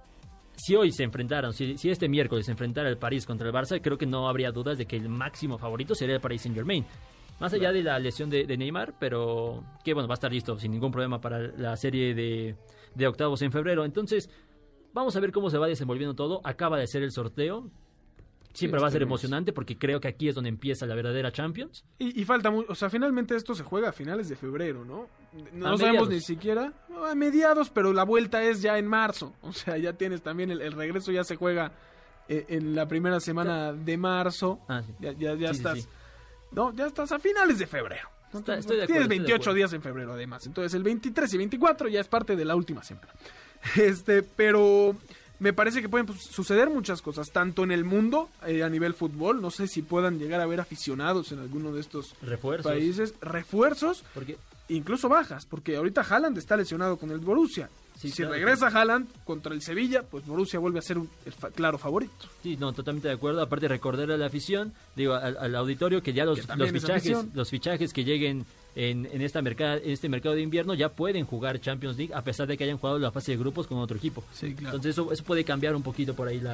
si hoy se enfrentaron, si este miércoles se enfrentara el París contra el Barça, creo que no habría dudas de que el máximo favorito sería el Paris Saint-Germain. Más allá de la lesión de Neymar, pero que va a estar listo sin ningún problema para la serie de octavos en febrero. Entonces, vamos a ver cómo se va desenvolviendo todo. Acaba de ser el sorteo. Siempre va a ser emocionante, porque creo que aquí es donde empieza la verdadera Champions.
Y falta mucho. O sea, finalmente esto se juega a finales de febrero, ¿no? No sabemos ni siquiera a mediados, pero la vuelta es ya en marzo. O sea, ya tienes también el regreso, ya se juega en la primera semana de marzo. Sí. Ya estás. Sí. No, ya estás a finales de febrero.
Estoy de acuerdo,
tienes 28 días en febrero, además. Entonces, el 23 y 24 ya es parte de la última semana. Pero me parece que pueden suceder muchas cosas, tanto en el mundo, a nivel fútbol. No sé si puedan llegar a haber aficionados en alguno de estos países. Refuerzos.
Porque
incluso bajas, porque ahorita Haaland está lesionado con el Borussia.
Sí,
si
claro,
regresa Haaland contra el Sevilla, pues Borussia vuelve a ser claro favorito.
Sí, no, totalmente de acuerdo. Aparte recordar a la afición, digo, al auditorio, que ya los fichajes que lleguen en este mercado de invierno ya pueden jugar Champions League, a pesar de que hayan jugado la fase de grupos con otro equipo.
Sí, claro.
Entonces eso puede cambiar un poquito por ahí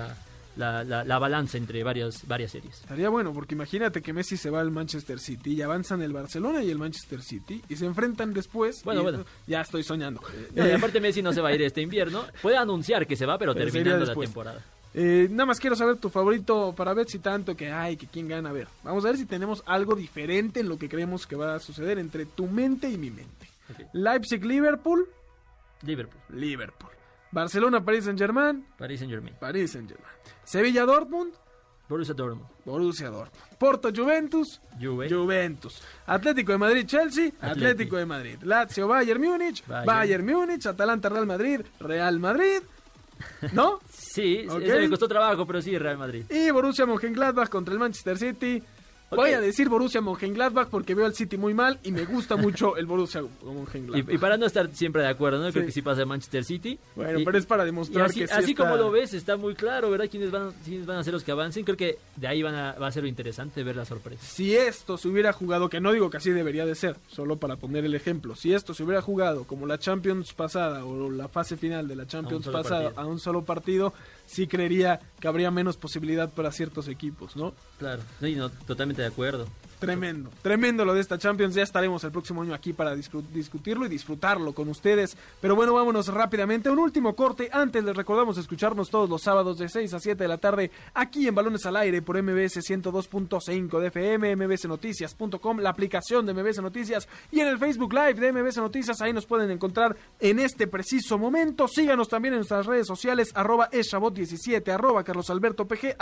la balanza entre varias series.
Estaría bueno, porque imagínate que Messi se va al Manchester City y avanzan el Barcelona y el Manchester City y se enfrentan después.
Bueno.
Ya estoy soñando.
No, y aparte Messi no se va a ir este invierno. Puede anunciar que se va, pero terminando la temporada.
Nada más quiero saber tu favorito para ver si tanto que quién gana. A ver, vamos a ver si tenemos algo diferente en lo que creemos que va a suceder entre tu mente y mi mente.
Okay.
Leipzig-Liverpool.
Liverpool.
Barcelona-Paris Saint-Germain.
Paris Saint-Germain.
Sevilla-Dortmund.
Borussia Dortmund.
Porto-Juventus.
Juve.
Juventus. Atlético de Madrid-Chelsea. Atlético de Madrid. Lazio-Bayern Múnich. Bayern Múnich. Atalanta-Real Madrid. Real Madrid. ¿No?
Sí,
okay.
Eso me costó trabajo, pero sí, Real Madrid.
Y Borussia Mönchengladbach contra el Manchester City. Okay. Voy a decir Borussia Mönchengladbach porque veo al City muy mal y me gusta mucho el Borussia Mönchengladbach.
Y para no estar siempre de acuerdo, ¿no? Creo que sí pasa el Manchester City.
Bueno, pero es para demostrar
así,
que sí
así
está...
como lo ves, está muy claro, ¿verdad? ¿Quiénes van a ser los que avancen? Creo que de ahí va a ser lo interesante ver la sorpresa.
Si esto se hubiera jugado, que no digo que así debería de ser, solo para poner el ejemplo, si esto se hubiera jugado como la Champions pasada o la fase final de la Champions pasada a un solo partido, sí creería que habría menos posibilidad para ciertos equipos, ¿no?
Claro, sí, no, totalmente de acuerdo.
Tremendo lo de esta Champions. Ya estaremos el próximo año aquí para discutirlo y disfrutarlo con ustedes. Pero bueno, vámonos rápidamente. Un último corte. Antes les recordamos escucharnos todos los sábados de 6 a 7 de la tarde aquí en Balones al Aire por MBS 102.5 de FM, mbsnoticias.com, la aplicación de MBS Noticias y en el Facebook Live de MBS Noticias. Ahí nos pueden encontrar en este preciso momento. Síganos también en nuestras redes sociales, @eshabot17, @carlosalbertopg,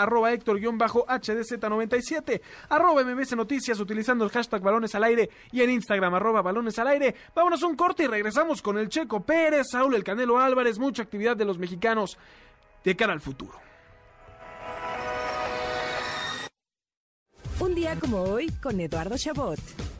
@héctor-hdz97, @MBS Noticias, utilizando el hashtag Balones al Aire, y en Instagram @Balones al Aire. Vámonos a un corte y regresamos con el Checo Pérez, Saúl El Canelo Álvarez, mucha actividad de los mexicanos de cara al futuro.
Un día como hoy con Eduardo Chabot.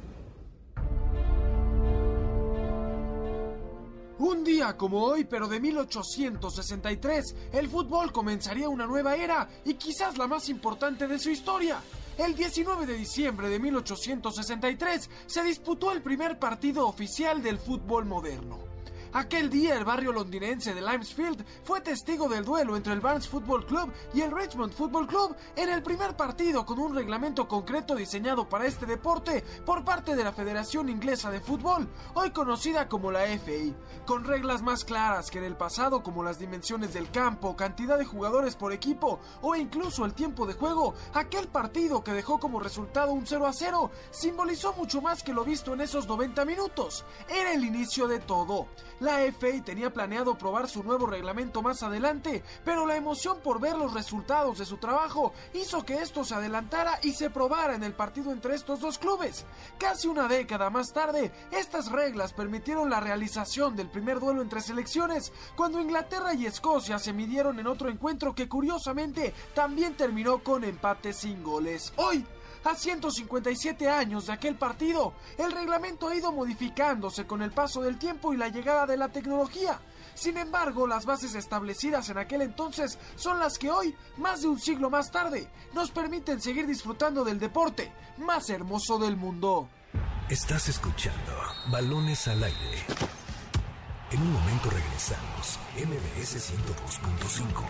Un día como hoy, pero de 1863, el fútbol comenzaría una nueva era y quizás la más importante de su historia. El 19 de diciembre de 1863 se disputó el primer partido oficial del fútbol moderno. Aquel día el barrio londinense de Limefield fue testigo del duelo entre el Barnes Football Club y el Richmond Football Club en el primer partido, con un reglamento concreto diseñado para este deporte por parte de la Federación Inglesa de Fútbol, hoy conocida como la FA, con reglas más claras que en el pasado, como las dimensiones del campo, cantidad de jugadores por equipo o incluso el tiempo de juego. Aquel partido, que dejó como resultado un 0-0, simbolizó mucho más que lo visto en esos 90 minutos. Era el inicio de todo. La FA tenía planeado probar su nuevo reglamento más adelante, pero la emoción por ver los resultados de su trabajo hizo que esto se adelantara y se probara en el partido entre estos dos clubes. Casi una década más tarde, estas reglas permitieron la realización del primer duelo entre selecciones, cuando Inglaterra y Escocia se midieron en otro encuentro que curiosamente también terminó con empate sin goles. Hoy, a 157 años de aquel partido, el reglamento ha ido modificándose con el paso del tiempo y la llegada de la tecnología. Sin embargo, las bases establecidas en aquel entonces son las que hoy, más de un siglo más tarde, nos permiten seguir disfrutando del deporte más hermoso del mundo.
Estás escuchando Balones al Aire. En un momento regresamos. MBS 102.5.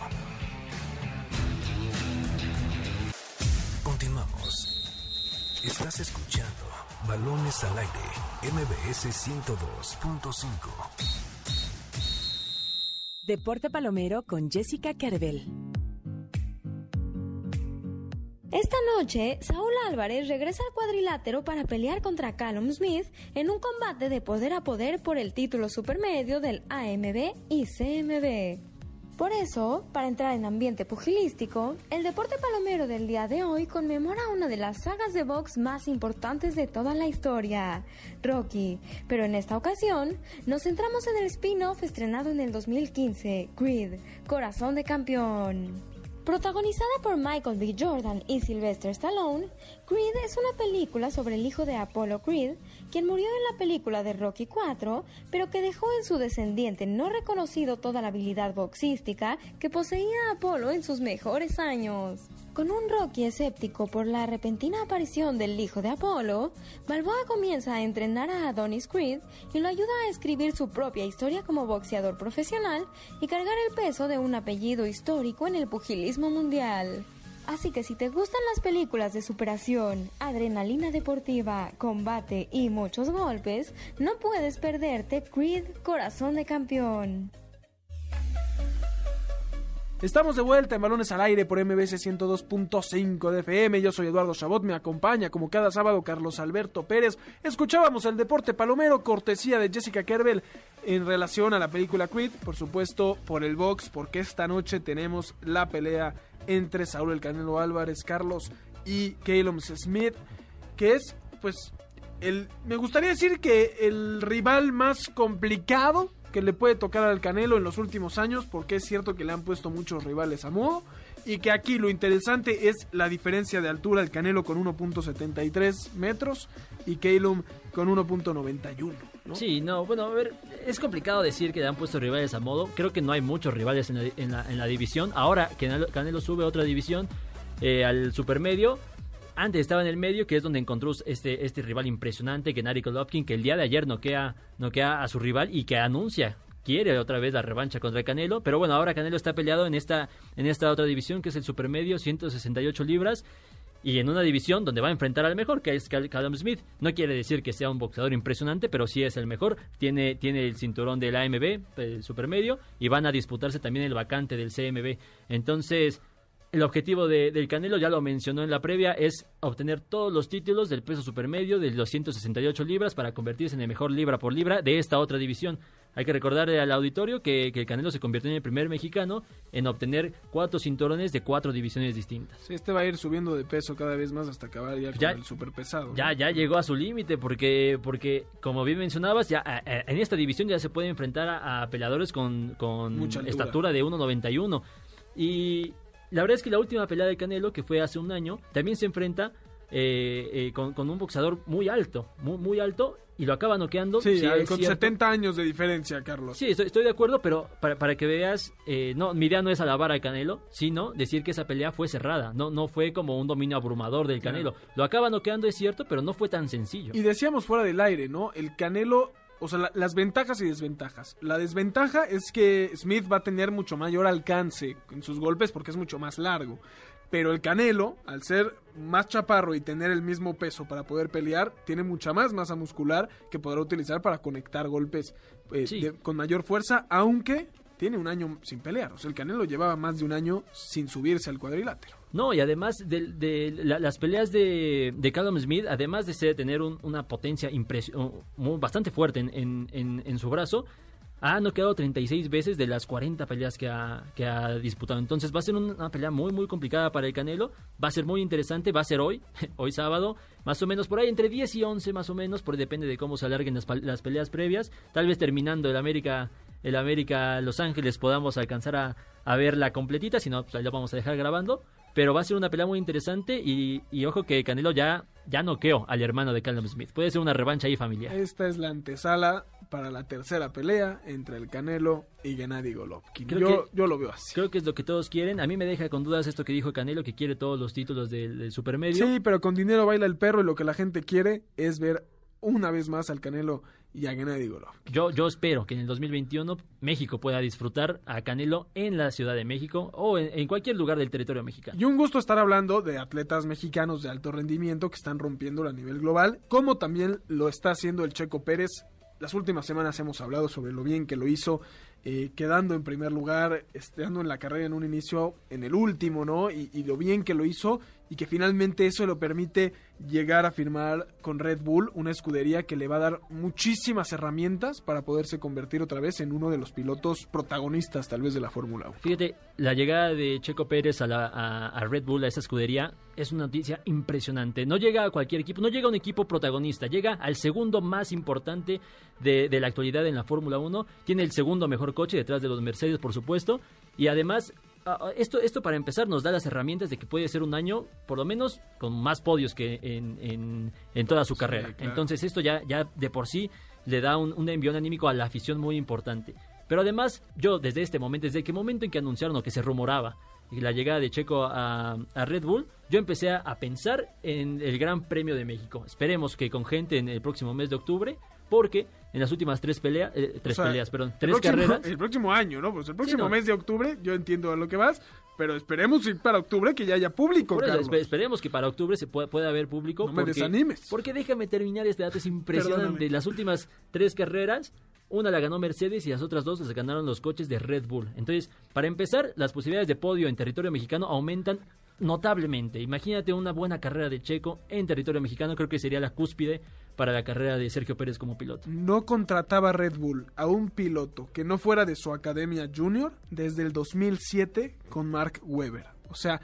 Continuamos. Estás escuchando Balones al Aire, MBS 102.5.
Deporte Palomero con Jessica Kerbel.
Esta noche, Saúl Álvarez regresa al cuadrilátero para pelear contra Callum Smith en un combate de poder a poder por el título supermedio del AMB y CMB. Por eso, para entrar en ambiente pugilístico, el Deporte Palomero del día de hoy conmemora una de las sagas de box más importantes de toda la historia, Rocky. Pero en esta ocasión, nos centramos en el spin-off estrenado en el 2015, Creed, Corazón de Campeón. Protagonizada por Michael B. Jordan y Sylvester Stallone, Creed es una película sobre el hijo de Apollo Creed, quien murió en la película de Rocky IV, pero que dejó en su descendiente no reconocido toda la habilidad boxística que poseía Apollo en sus mejores años. Con un Rocky escéptico por la repentina aparición del hijo de Apollo, Balboa comienza a entrenar a Adonis Creed y lo ayuda a escribir su propia historia como boxeador profesional y cargar el peso de un apellido histórico en el pugilismo mundial. Así que si te gustan las películas de superación, adrenalina deportiva, combate y muchos golpes, no puedes perderte Creed, Corazón de Campeón.
Estamos de vuelta en Balones al Aire por MBS 102.5 de FM. Yo soy Eduardo Chabot, me acompaña como cada sábado Carlos Alberto Pérez. Escuchábamos el deporte palomero, cortesía de Jessica Kerbel en relación a la película Creed, por supuesto por el box, porque esta noche tenemos la pelea entre Saúl El Canelo Álvarez, Carlos, y Callum Smith, que es, pues, me gustaría decir que el rival más complicado que le puede tocar al Canelo en los últimos años, porque es cierto que le han puesto muchos rivales a modo, y que aquí lo interesante es la diferencia de altura, el Canelo con 1.73 metros y Callum con 1.91, ¿no?
Sí, no, bueno, a ver, es complicado decir que le han puesto rivales a modo. Creo que no hay muchos rivales en la división. Ahora que Canelo sube a otra división, al supermedio. Antes estaba en el medio, que es donde encontró este rival impresionante, Gennady Golovkin, que el día de ayer noquea a su rival y que quiere otra vez la revancha contra el Canelo. Pero bueno, ahora Canelo está peleado en esta otra división, que es el supermedio, 168 libras. Y en una división donde va a enfrentar al mejor, que es Callum Smith. No quiere decir que sea un boxeador impresionante, pero sí es el mejor. Tiene el cinturón del AMB, el supermedio, y van a disputarse también el vacante del CMB. Entonces, el objetivo del Canelo, ya lo mencionó en la previa, es obtener todos los títulos del peso supermedio de los 168 libras para convertirse en el mejor libra por libra de esta otra división. Hay que recordarle al auditorio que el Canelo se convirtió en el primer mexicano en obtener 4 cinturones de 4 divisiones distintas.
Sí, va a ir subiendo de peso cada vez más hasta acabar ya con el superpesado, ¿no?
Ya llegó a su límite porque como bien mencionabas, ya en esta división ya se puede enfrentar a peleadores con estatura de 1.91. Y la verdad es que la última pelea de Canelo, que fue hace un año, también se enfrenta con un boxeador muy alto, muy alto, y lo acaba noqueando.
Sí, con 70 años de diferencia, Carlos.
Sí, estoy de acuerdo, pero para que veas, mi idea no es alabar al Canelo, sino decir que esa pelea fue cerrada, no fue como un dominio abrumador del Canelo. Lo acaba noqueando, es cierto, pero no fue tan sencillo.
Y decíamos fuera del aire, ¿no? El Canelo, o sea, las ventajas y desventajas. La desventaja es que Smith va a tener mucho mayor alcance en sus golpes porque es mucho más largo. Pero el Canelo, al ser más chaparro y tener el mismo peso para poder pelear, tiene mucha más masa muscular que podrá utilizar para conectar golpes con mayor fuerza, aunque tiene un año sin pelear. O sea, el Canelo llevaba más de un año sin subirse al cuadrilátero.
No, y además las peleas de Callum Smith, además de tener una potencia bastante fuerte en su brazo, ha noqueado 36 veces de las 40 peleas que ha disputado. Entonces va a ser una pelea muy, muy complicada para el Canelo. Va a ser muy interesante. Va a ser hoy sábado, más o menos por ahí, entre 10 y 11 más o menos, porque depende de cómo se alarguen las peleas previas. Tal vez terminando el América Los Ángeles podamos alcanzar a verla completita, si no, pues ahí la vamos a dejar grabando. Pero va a ser una pelea muy interesante y ojo que Canelo ya noqueó al hermano de Callum Smith. Puede ser una revancha ahí familiar.
Esta es la antesala para la tercera pelea entre el Canelo y Gennady Golovkin. Yo lo veo así.
Creo que es lo que todos quieren. A mí me deja con dudas esto que dijo Canelo, que quiere todos los títulos del supermedio.
Sí, pero con dinero baila el perro y lo que la gente quiere es ver una vez más al Canelo y a Gennady Golovkin.
Yo espero que en el 2021 México pueda disfrutar a Canelo en la Ciudad de México o en cualquier lugar del territorio mexicano.
Y un gusto estar hablando de atletas mexicanos de alto rendimiento que están rompiéndolo a nivel global, como también lo está haciendo el Checo Pérez. Las últimas semanas hemos hablado sobre lo bien que lo hizo, quedando en primer lugar, estando en la carrera en un inicio, en el último, ¿no? Y lo bien que lo hizo y que finalmente eso lo permite llegar a firmar con Red Bull, una escudería que le va a dar muchísimas herramientas para poderse convertir otra vez en uno de los pilotos protagonistas tal vez de la Fórmula 1.
Fíjate, la llegada de Checo Pérez a Red Bull, a esa escudería, es una noticia impresionante. No llega a cualquier equipo, no llega a un equipo protagonista, llega al segundo más importante de la actualidad en la Fórmula 1, tiene el segundo mejor coche detrás de los Mercedes, por supuesto, y además esto para empezar nos da las herramientas de que puede ser un año, por lo menos, con más podios que en toda su carrera.
Claro.
Entonces esto ya de por sí le da un envión anímico a la afición muy importante. Pero además, yo desde el momento en que anunciaron o que se rumoraba la llegada de Checo a Red Bull, yo empecé a pensar en el Gran Premio de México. Esperemos que con gente en el próximo mes de octubre, porque en las últimas tres carreras...
El próximo año, ¿no? Pues el próximo mes de octubre, yo entiendo a lo que vas, pero esperemos ir para octubre que ya haya público,
por eso,
Carlos.
esperemos que para octubre se pueda haber público.
No me desanimes.
Porque déjame terminar este dato, es impresionante.
Perdóname.
Las últimas 3 carreras, una la ganó Mercedes y las otras 2 las ganaron los coches de Red Bull. Entonces, para empezar, las posibilidades de podio en territorio mexicano aumentan notablemente. Imagínate una buena carrera de Checo en territorio mexicano, creo que sería la cúspide para la carrera de Sergio Pérez como piloto.
No contrataba Red Bull a un piloto que no fuera de su academia junior desde el 2007 con Mark Webber. O sea,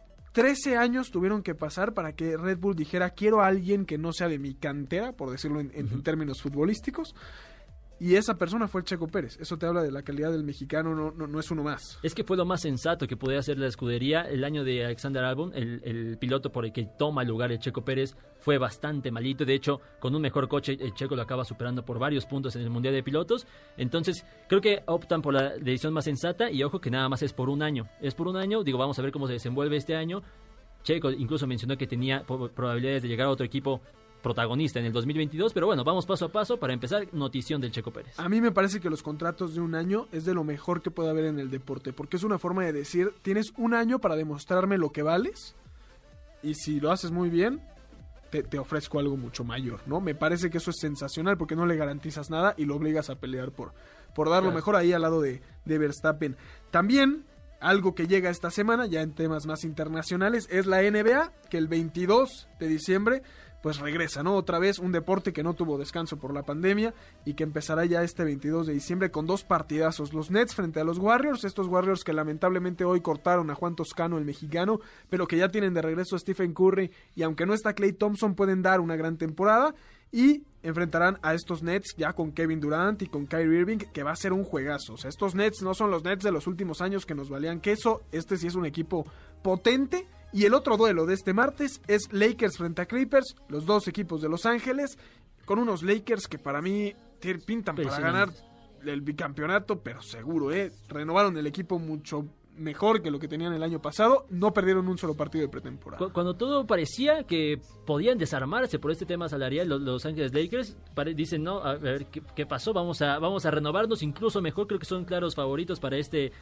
13 años tuvieron que pasar para que Red Bull dijera quiero a alguien que no sea de mi cantera, por decirlo en términos futbolísticos. Y esa persona fue el Checo Pérez. Eso te habla de la calidad del mexicano, no es uno más.
Es que fue lo más sensato que podía hacer la escudería. El año de Alexander Albon, el piloto por el que toma el lugar el Checo Pérez, fue bastante malito. De hecho, con un mejor coche, el Checo lo acaba superando por varios puntos en el Mundial de Pilotos. Entonces, creo que optan por la decisión más sensata. Y ojo que nada más es por un año. Es por un año, vamos a ver cómo se desenvuelve este año. Checo incluso mencionó que tenía probabilidades de llegar a otro equipo protagonista en el 2022, pero bueno, vamos paso a paso. Para empezar, notición del Checo Pérez.
A mí me parece que los contratos de un año es de lo mejor que puede haber en el deporte, porque es una forma de decir, tienes un año para demostrarme lo que vales, y si lo haces muy bien, te ofrezco algo mucho mayor, ¿no? Me parece que eso es sensacional, porque no le garantizas nada y lo obligas a pelear por dar lo mejor ahí al lado de Verstappen. También, algo que llega esta semana, ya en temas más internacionales, es la NBA, que el 22 de diciembre pues regresa, ¿no? Otra vez un deporte que no tuvo descanso por la pandemia y que empezará ya este 22 de diciembre con 2 partidazos. Los Nets frente a los Warriors, estos Warriors que lamentablemente hoy cortaron a Juan Toscano, el mexicano, pero que ya tienen de regreso a Stephen Curry y aunque no está Klay Thompson pueden dar una gran temporada y enfrentarán a estos Nets ya con Kevin Durant y con Kyrie Irving, que va a ser un juegazo. O sea, estos Nets no son los Nets de los últimos años que nos valían queso, este sí es un equipo potente. Y el otro duelo de este martes es Lakers frente a Clippers, los dos equipos de Los Ángeles, con unos Lakers que para mí pintan para ganar el bicampeonato, pero seguro, renovaron el equipo mucho mejor que lo que tenían el año pasado, no perdieron un solo partido de pretemporada.
Cuando todo parecía que podían desarmarse por este tema salarial, los Ángeles Lakers dicen, no, a ver, ¿qué pasó? Vamos a renovarnos incluso mejor, creo que son claros favoritos para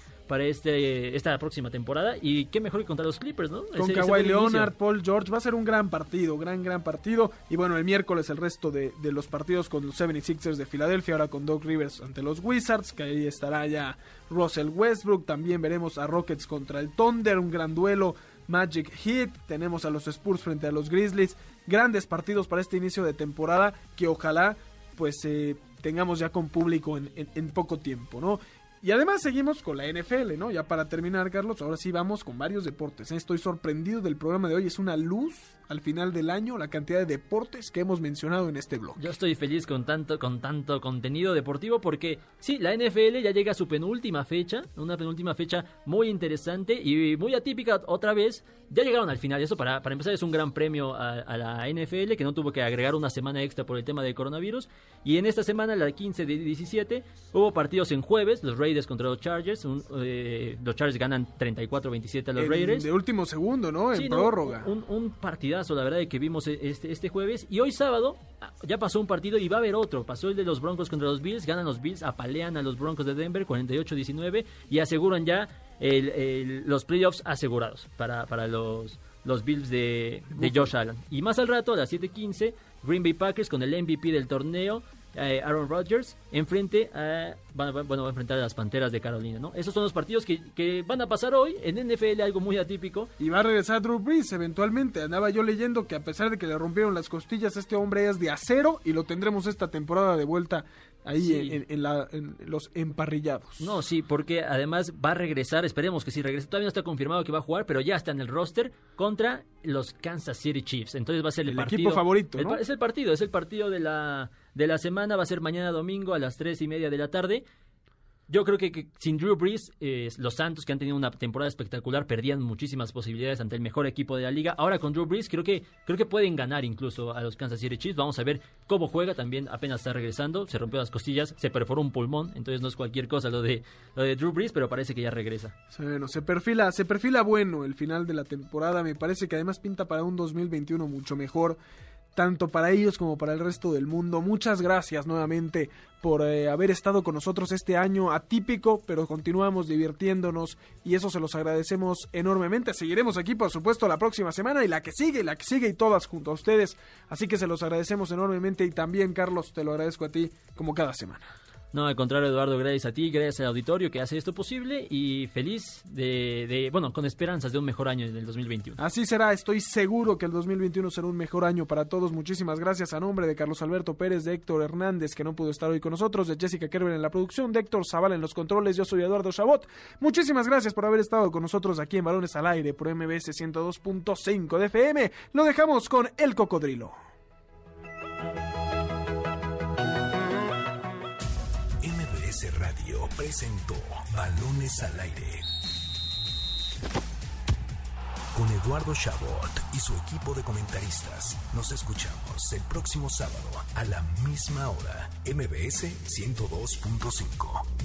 esta próxima temporada, y qué mejor que contra los Clippers, ¿no?
Con Kawhi Leonard, Paul George, va a ser un gran partido, gran partido, y bueno, el miércoles el resto de los partidos con los 76ers de Filadelfia, ahora con Doc Rivers ante los Wizards, que ahí estará ya Russell Westbrook, también veremos a Rockets contra el Thunder, un gran duelo, Magic Heat, tenemos a los Spurs frente a los Grizzlies, grandes partidos para este inicio de temporada que ojalá pues tengamos ya con público en poco tiempo, ¿no? Y además seguimos con la NFL, ¿no? Ya para terminar, Carlos, ahora sí vamos con varios deportes, ¿eh? Estoy sorprendido del programa de hoy, es una luz al final del año la cantidad de deportes que hemos mencionado en este blog.
Yo estoy feliz con tanto contenido deportivo porque sí, la NFL ya llega a su penúltima fecha, una penúltima fecha muy interesante y muy atípica otra vez. Ya llegaron al final, eso para empezar es un gran premio a la NFL que no tuvo que agregar una semana extra por el tema del coronavirus. Y en esta semana, la 15 de 17, hubo partidos en jueves, los Raiders contra los Chargers. Los Chargers ganan 34-27 a los Raiders.
De último segundo, ¿no? En prórroga.
Un partidazo, la verdad, de que vimos este jueves. Y hoy sábado ya pasó un partido y va a haber otro. Pasó el de los Broncos contra los Bills. Ganan los Bills, apalean a los Broncos de Denver 48-19 y aseguran ya los playoffs asegurados para los Bills de Josh Allen. Y más al rato, a las 7:15, Green Bay Packers con el MVP del torneo, Aaron Rodgers, va a enfrentar a las Panteras de Carolina, ¿no? Esos son los partidos que van a pasar hoy en NFL, algo muy atípico.
Y va a regresar Drew Brees eventualmente. Andaba yo leyendo que a pesar de que le rompieron las costillas, este hombre es de acero y lo tendremos esta temporada de vuelta ahí sí. en los emparrillados.
No, sí, porque además va a regresar, esperemos que sí regrese. Todavía no está confirmado que va a jugar, pero ya está en el roster contra los Kansas City Chiefs. Entonces va a ser el partido.
Equipo favorito, ¿no?
Es el partido de la semana, va a ser mañana domingo a las 3:30 de la tarde. Yo creo que sin Drew Brees, los Santos, que han tenido una temporada espectacular, perdían muchísimas posibilidades ante el mejor equipo de la liga. Ahora con Drew Brees creo que pueden ganar incluso a los Kansas City Chiefs. Vamos a ver cómo juega. También apenas está regresando, se rompió las costillas, se perforó un pulmón, entonces no es cualquier cosa lo de Drew Brees, pero parece que ya regresa.
Bueno, se perfila bueno el final de la temporada. Me parece que además pinta para un 2021 mucho mejor, tanto para ellos como para el resto del mundo. Muchas gracias nuevamente por haber estado con nosotros este año atípico, pero continuamos divirtiéndonos y eso se los agradecemos enormemente. Seguiremos aquí, por supuesto, la próxima semana y la que sigue y todas junto a ustedes. Así que se los agradecemos enormemente y también, Carlos, te lo agradezco a ti como cada semana.
No, al contrario, Eduardo, gracias a ti, gracias al auditorio que hace esto posible y feliz con esperanzas de un mejor año en el 2021.
Así será, estoy seguro que el 2021 será un mejor año para todos. Muchísimas gracias a nombre de Carlos Alberto Pérez, de Héctor Hernández, que no pudo estar hoy con nosotros, de Jessica Kerber en la producción, de Héctor Zavala en los controles. Yo soy Eduardo Chabot. Muchísimas gracias por haber estado con nosotros aquí en Balones al Aire por MBS 102.5 de FM. Lo dejamos con El Cocodrilo.
MBS Radio presentó Balones al Aire con Eduardo Chabot y su equipo de comentaristas. Nos escuchamos el próximo sábado a la misma hora. MBS 102.5.